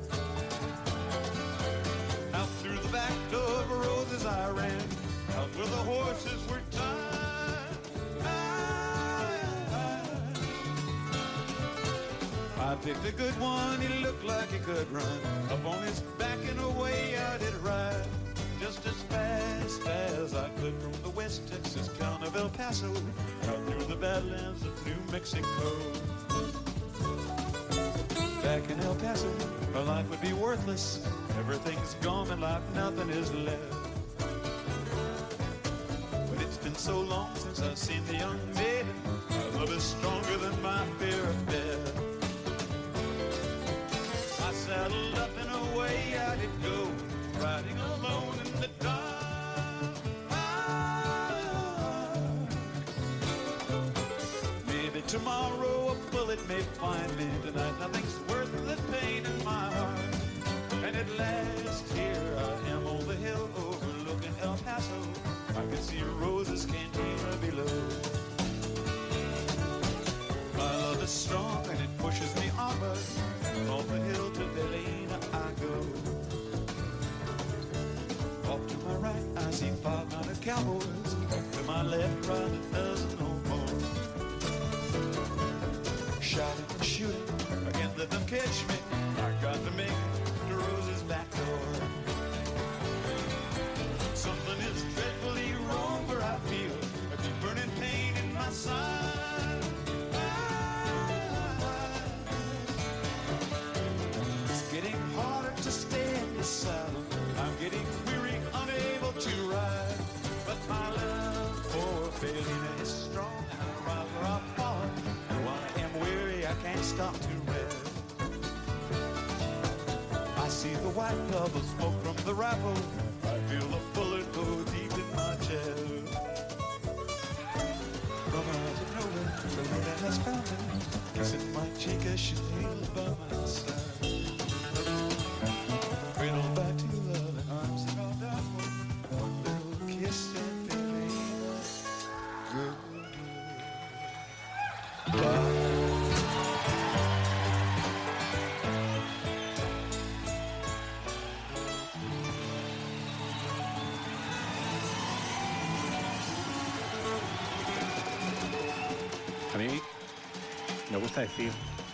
Out through the back door of Roses I ran, out where the horses were tied. I picked a good one, he looked like he could run. Up on his back and away I did ride, just as fast as I could from the West Texas town of El Paso. Out Badlands of New Mexico. Back in El Paso, our life would be worthless. Everything's gone in life, nothing is left. But it's been so long since I've seen the young maiden. My love is stronger than my fear of death. I saddled up and away I did go, riding alone in the dark. Maybe tomorrow a bullet may find me. Tonight nothing's worth the pain in my heart. And at last here I am on the hill overlooking El Paso. I can see Rose's cantina below. My love is strong and it pushes me onward. On the hill to Delana I go. Off to my right I see five mounted cowboys. To my left ride a dozen or more. Shouting and shooting, I can't let them catch me. I got to make it to Rose's back door. Something is dreadfully wrong where I feel a deep burning pain in my side. It's getting harder to stay in the saddle. I'm getting weary, unable to ride. But my love for Felina is strong, and I ride where I fall. And when I am weary, I can't stop to rest. I see the white puff of smoke from the rifle. I feel a bullet go deep in my chest. From out of nowhere, Felina has found me, kissing my cheek as she kneels by my side. Cradled back to love and arms that all die for. One little kiss and Felina, good. A mí me gusta decir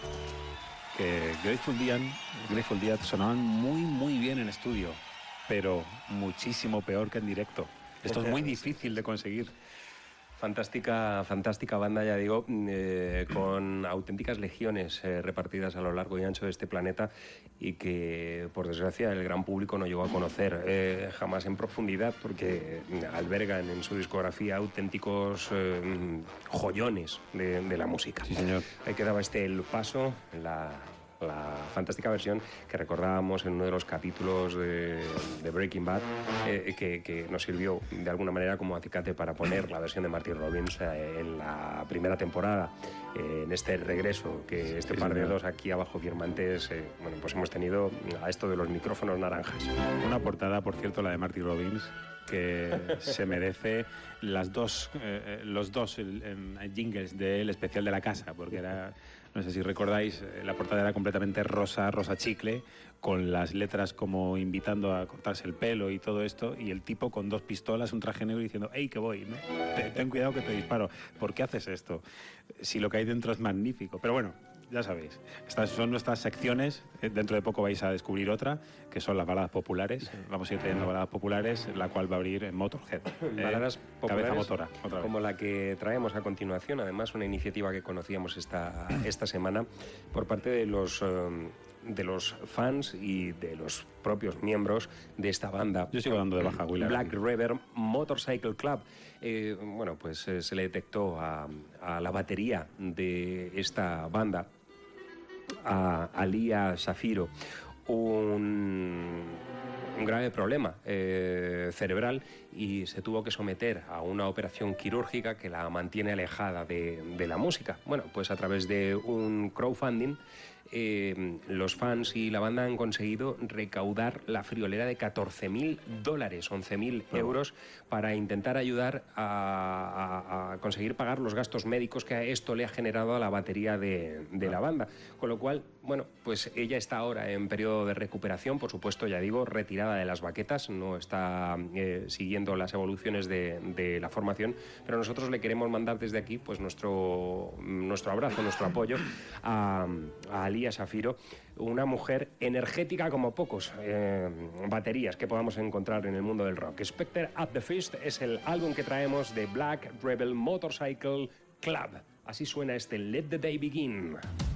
que Grateful Dead, Grateful Dead sonaban muy, muy bien en estudio, pero muchísimo peor que en directo. Esto es muy difícil de conseguir. Fantástica, fantástica banda, ya digo, eh, con auténticas legiones eh, repartidas a lo largo y ancho de este planeta y que, por desgracia, el gran público no llegó a conocer eh, jamás en profundidad porque albergan en su discografía auténticos eh, joyones de, de la música. Sí, señor. Ahí quedaba este El Paso, la... la fantástica versión que recordábamos en uno de los capítulos de, de Breaking Bad, eh, que, que nos sirvió de alguna manera como acicate para poner la versión de Marty Robbins eh, en la primera temporada, eh, en este regreso que este Sí, par de señor. dos aquí abajo firmantes, eh, bueno, pues hemos tenido a esto de los micrófonos naranjas. Una portada, por cierto, la de Marty Robbins, que se merece las dos, eh, los dos el, en jingles del especial de la casa, porque era, no sé si recordáis, eh, la portada era completamente rosa, rosa chicle, con las letras como invitando a cortarse el pelo y todo esto, y el tipo con dos pistolas, un traje negro diciendo, ¡ey, que voy! ¿no? Ten, ten cuidado que te disparo. ¿Por qué haces esto? Si lo que hay dentro es magnífico. Pero bueno, ya sabéis, estas son nuestras secciones. Dentro de poco vais a descubrir otra, que son las baladas populares. Vamos a ir teniendo baladas populares, la cual va a abrir en Motorhead. Baladas Eh, populares cabeza motora, otra vez. como la que traemos a continuación, además una iniciativa que conocíamos esta, esta semana por parte de los, um, de los fans y de los propios miembros de esta banda. Yo sigo dando de baja, Willard. Black River Motorcycle Club. Eh, bueno, pues eh, se le detectó a, a la batería de esta banda, a Alia Shafiro, un, un grave problema eh, cerebral y se tuvo que someter a una operación quirúrgica que la mantiene alejada de, de la música. Bueno, pues a través de un crowdfunding eh, los fans y la banda han conseguido recaudar la friolera de catorce mil dólares, once mil euros, para intentar ayudar a, a- a conseguir pagar los gastos médicos que esto le ha generado a la batería de, de la banda. Con lo cual, bueno, pues ella está ahora en periodo de recuperación, por supuesto, ya digo, retirada de las baquetas, no está eh, siguiendo las evoluciones de, de la formación, pero nosotros le queremos mandar desde aquí pues nuestro, nuestro abrazo, nuestro apoyo a, a Alia Shafiro, una mujer energética como pocos eh, baterías que podamos encontrar en el mundo del rock. Spectre at the Fist es el álbum que traemos de Black Rebel Motorcycle Club. Así suena este Let the Day Begin.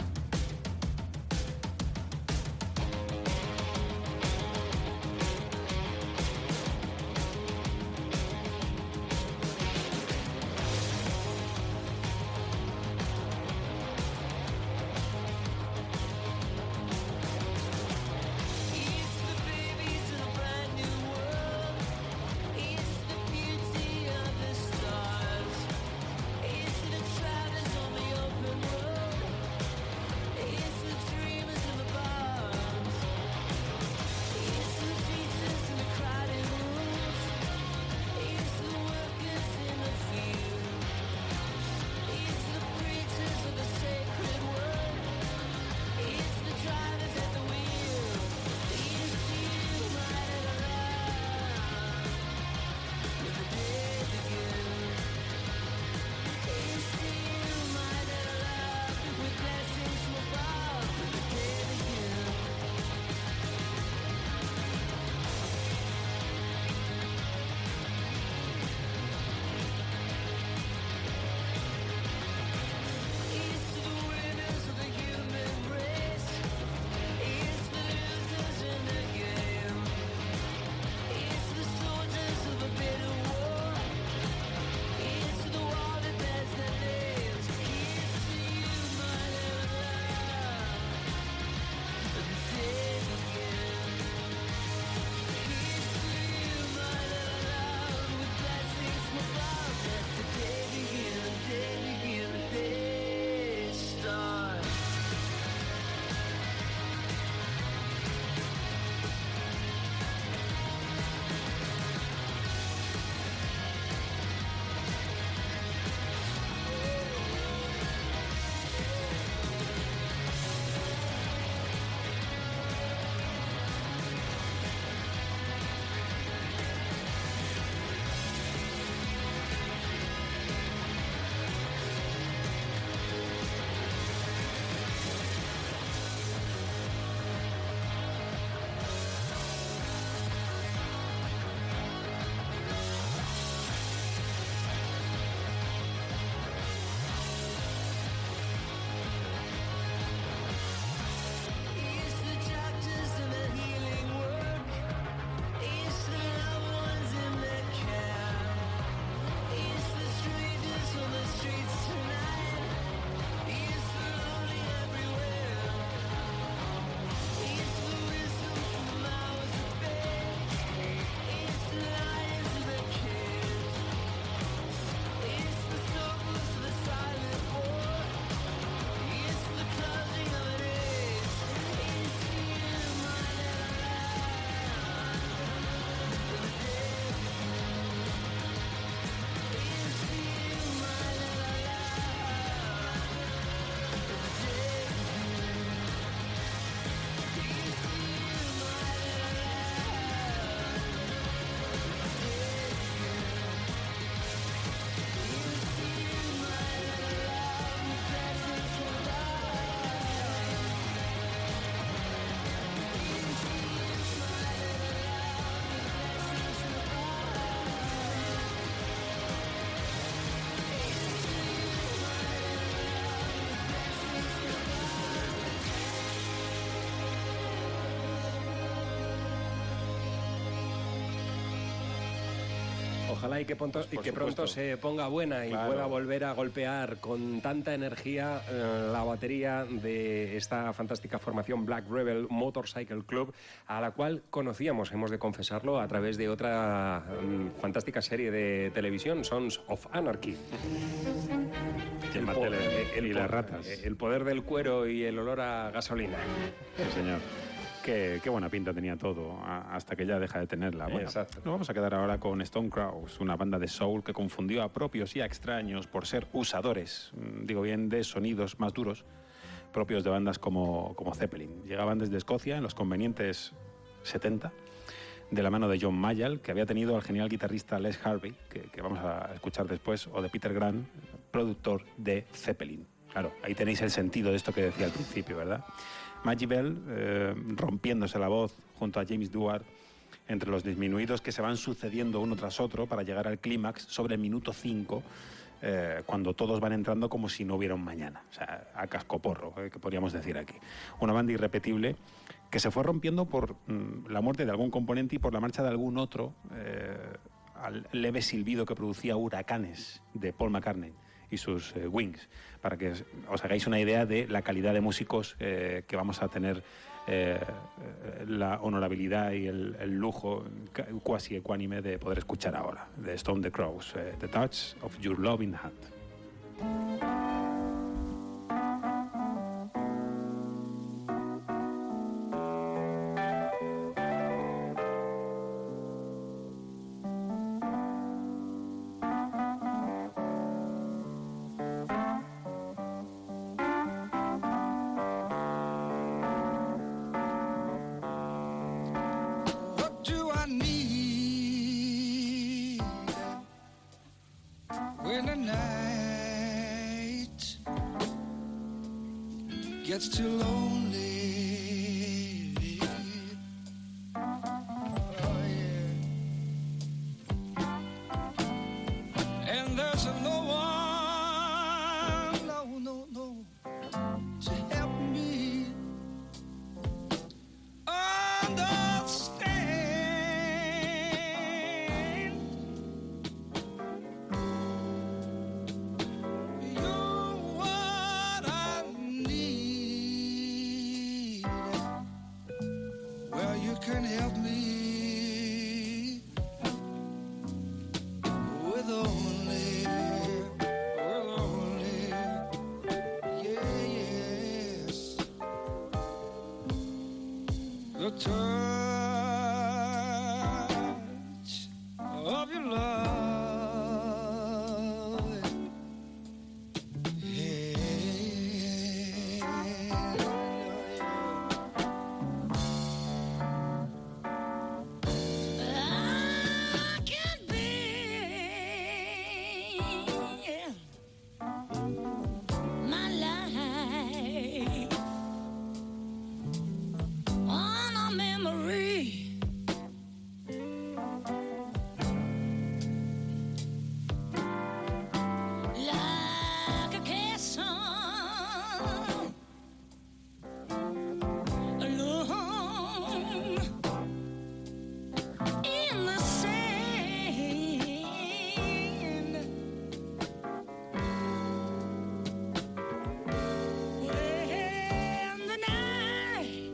Ojalá y que pronto, y que pronto se ponga buena y Claro. pueda volver a golpear con tanta energía eh, la batería de esta fantástica formación Black Rebel Motorcycle Club, a la cual conocíamos, hemos de confesarlo, a través de otra mm, fantástica serie de televisión, Sons of Anarchy. El, po- tele- el y po- las ratas. El poder del cuero y el olor a gasolina. Sí, señor. Qué, qué buena pinta tenía todo, a- hasta que ya deja de tenerla. Bueno, Exacto. nos vamos a quedar ahora con Stone Crows, una banda de soul que confundió a propios y a extraños por ser usadores, mm, digo bien, de sonidos más duros, propios de bandas como, como Zeppelin. Llegaban desde Escocia en los convenientes setenta, de la mano de John Mayall, que había tenido al genial guitarrista Les Harvey, que, que vamos a escuchar después, o de Peter Grant, productor de Zeppelin. Claro, ahí tenéis el sentido de esto que decía al principio, ¿verdad? Maggie Bell, eh, rompiéndose la voz junto a James Duard, entre los disminuidos que se van sucediendo uno tras otro para llegar al clímax sobre el minuto cinco, eh, cuando todos van entrando como si no hubiera un mañana, o sea, a cascoporro, eh, que podríamos decir aquí. Una banda irrepetible que se fue rompiendo por mm, la muerte de algún componente y por la marcha de algún otro, eh, al leve silbido que producía Huracanes de Paul McCartney y sus eh, Wings, para que os hagáis una idea de la calidad de músicos eh, que vamos a tener, eh, la honorabilidad y el, el lujo cuasi ecuánime de poder escuchar ahora, de Stone the Crows, eh, The Touch of Your Loving Hand. What do I need when the night gets too lonely? Oh, yeah. And there's no one, no, no, no, to help me understand. You're what I need. Well, you can help me with only, with only, yeah, yes, the touch of your love. Yeah. I can be my life on a memory. Like a castle alone in the sand. When the night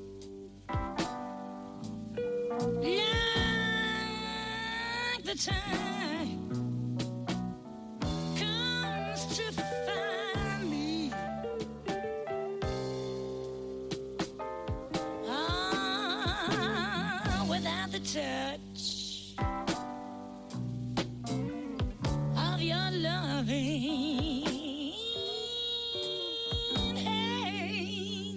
like the time comes to find me, ah, without the touch of your loving. Hey.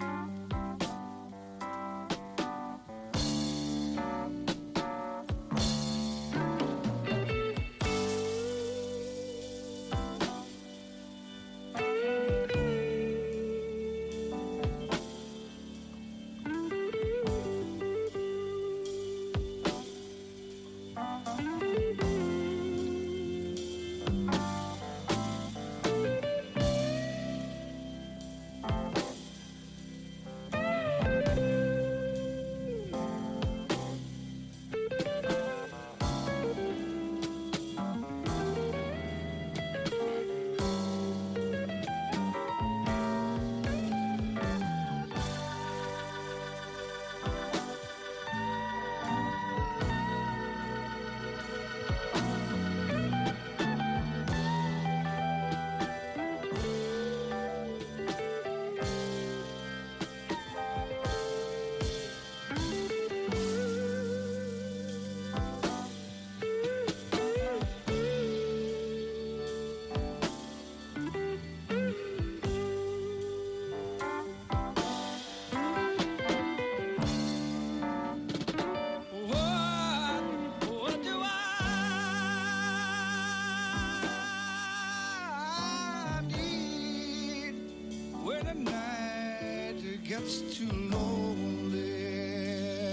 gets too lonely.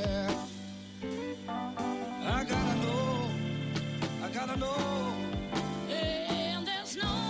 I gotta know, I gotta know. And there's no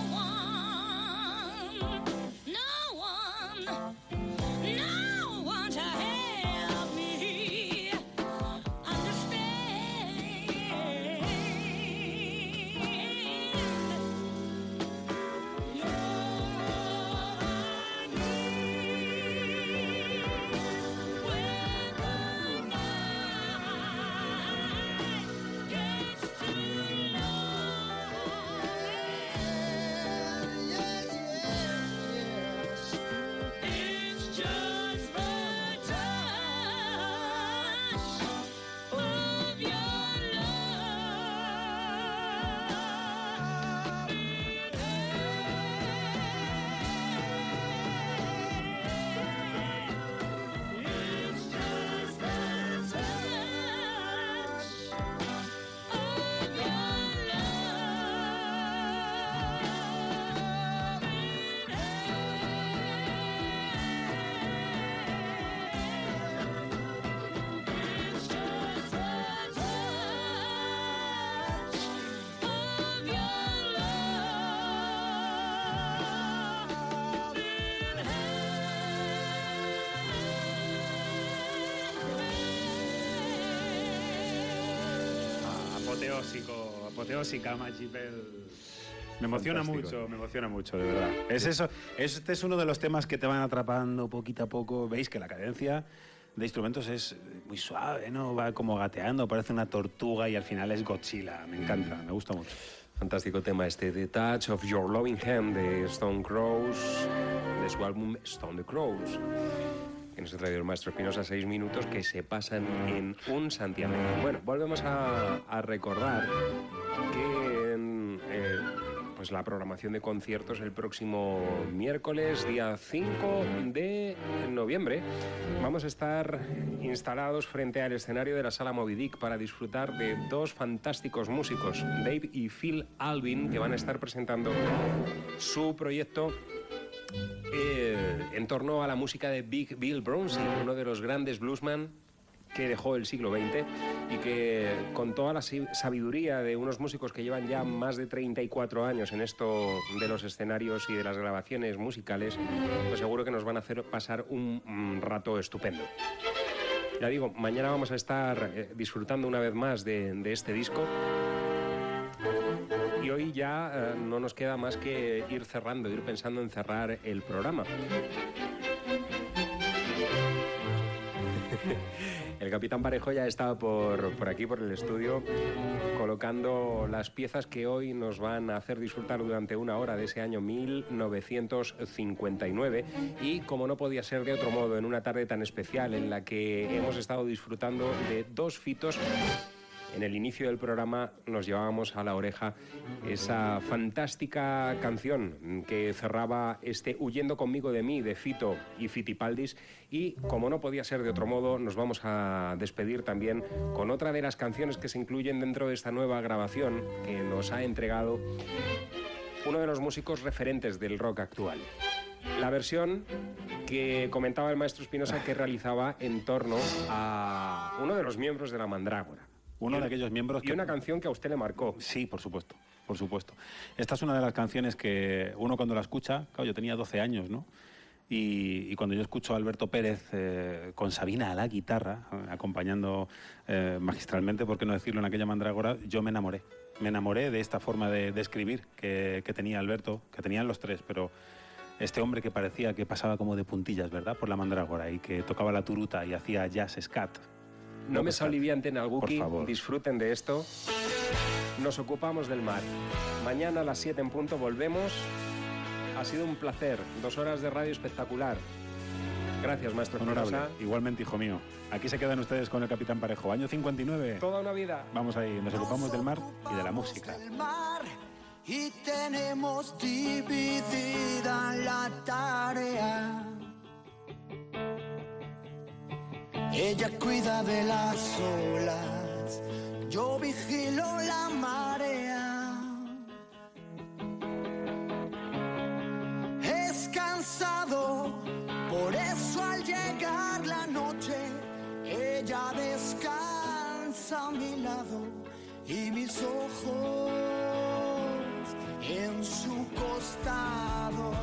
Apoteósico, apoteósica, Machipel. Me emociona Fantástico. mucho, me emociona mucho, de verdad. Es eso, este es uno de los temas que te van atrapando poquito a poco. Veis que la cadencia de instrumentos es muy suave, ¿no? Va como gateando, parece una tortuga y al final es Godzilla. Me encanta, me gusta mucho. Fantástico tema este, The Touch of Your Loving Hand, de Stone Crows, de su álbum Stone the Crows, que nos ha traído el maestro Espinosa, seis minutos que se pasan en un santiamén. Bueno, volvemos a, a recordar que en, eh, pues la programación de conciertos el próximo miércoles, día cinco de noviembre, vamos a estar instalados frente al escenario de la Sala Moby Dick para disfrutar de dos fantásticos músicos, Dave y Phil Alvin, que van a estar presentando su proyecto eh, en torno a la música de Big Bill Brownsie, uno de los grandes bluesman que dejó el siglo veinte y que, con toda la sabiduría de unos músicos que llevan ya más de treinta y cuatro años en esto de los escenarios y de las grabaciones musicales, pues seguro que nos van a hacer pasar un, un rato estupendo. Ya digo, mañana vamos a estar eh, disfrutando una vez más de, de este disco. Y hoy ya eh, no nos queda más que ir cerrando, ir pensando en cerrar el programa. El Capitán Parejo ya está por, por aquí, por el estudio, colocando las piezas que hoy nos van a hacer disfrutar durante una hora de ese año mil novecientos cincuenta y nueve. Y como no podía ser de otro modo, en una tarde tan especial en la que hemos estado disfrutando de dos fitos. En el inicio del programa nos llevábamos a la oreja esa fantástica canción que cerraba este Huyendo conmigo de mí, de Fito y Fitipaldis. Y como no podía ser de otro modo, nos vamos a despedir también con otra de las canciones que se incluyen dentro de esta nueva grabación que nos ha entregado uno de los músicos referentes del rock actual. La versión que comentaba el maestro Espinosa que realizaba en torno a uno de los miembros de la Mandrágora. Uno de aquellos miembros que... Y una canción que a usted le marcó. Sí, por supuesto, por supuesto. Esta es una de las canciones que uno cuando la escucha... Claro, yo tenía doce años, ¿no? Y, y cuando yo escucho a Alberto Pérez eh, con Sabina a la guitarra, eh, acompañando eh, magistralmente, por qué no decirlo, en aquella Mandrágora, yo me enamoré. Me enamoré de esta forma de, de escribir que, que tenía Alberto, que tenían los tres, pero... Este hombre que parecía que pasaba como de puntillas, ¿verdad?, por la Mandrágora y que tocaba la turuta y hacía jazz scat. No me solivianten al Guki, Por favor. disfruten de esto. Nos ocupamos del mar. Mañana a las siete en punto volvemos. Ha sido un placer, dos horas de radio espectacular. Gracias, maestro Honorable. Espinosa. Igualmente, hijo mío. Aquí se quedan ustedes con el Capitán Parejo. Año cincuenta y nueve. Toda una vida. Vamos ahí, nos ocupamos del mar y de la música. El mar y tenemos dividida la tarea. Ella cuida de las olas, yo vigilo la marea. Es cansado, por eso al llegar la noche, ella descansa a mi lado y mis ojos en su costado.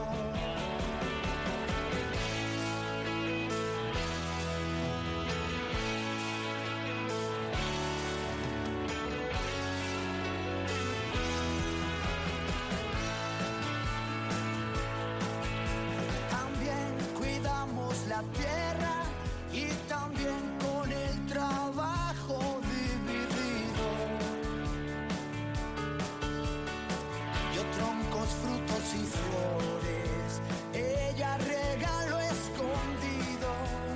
La tierra y también con el trabajo dividido. Yo troncos, frutos y flores, ella regalo escondido.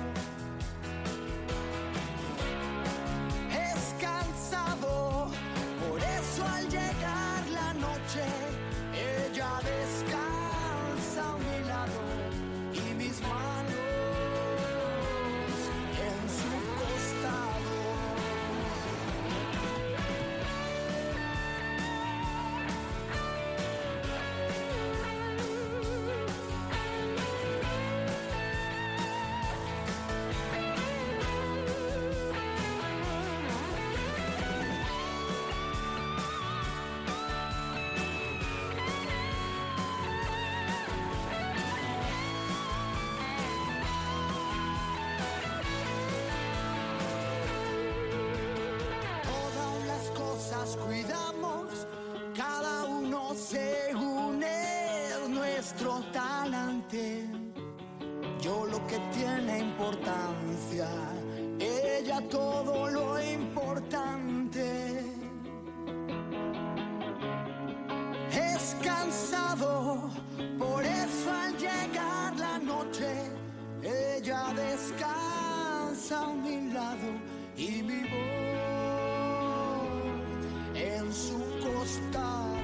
Es cansado, por eso al llegar la noche, ella descansa a mi lado y mis manos nuestro talante. Yo lo que tiene importancia, ella todo lo importante. Es cansado, por eso al llegar la noche, ella descansa a mi lado y mi voz en su costado.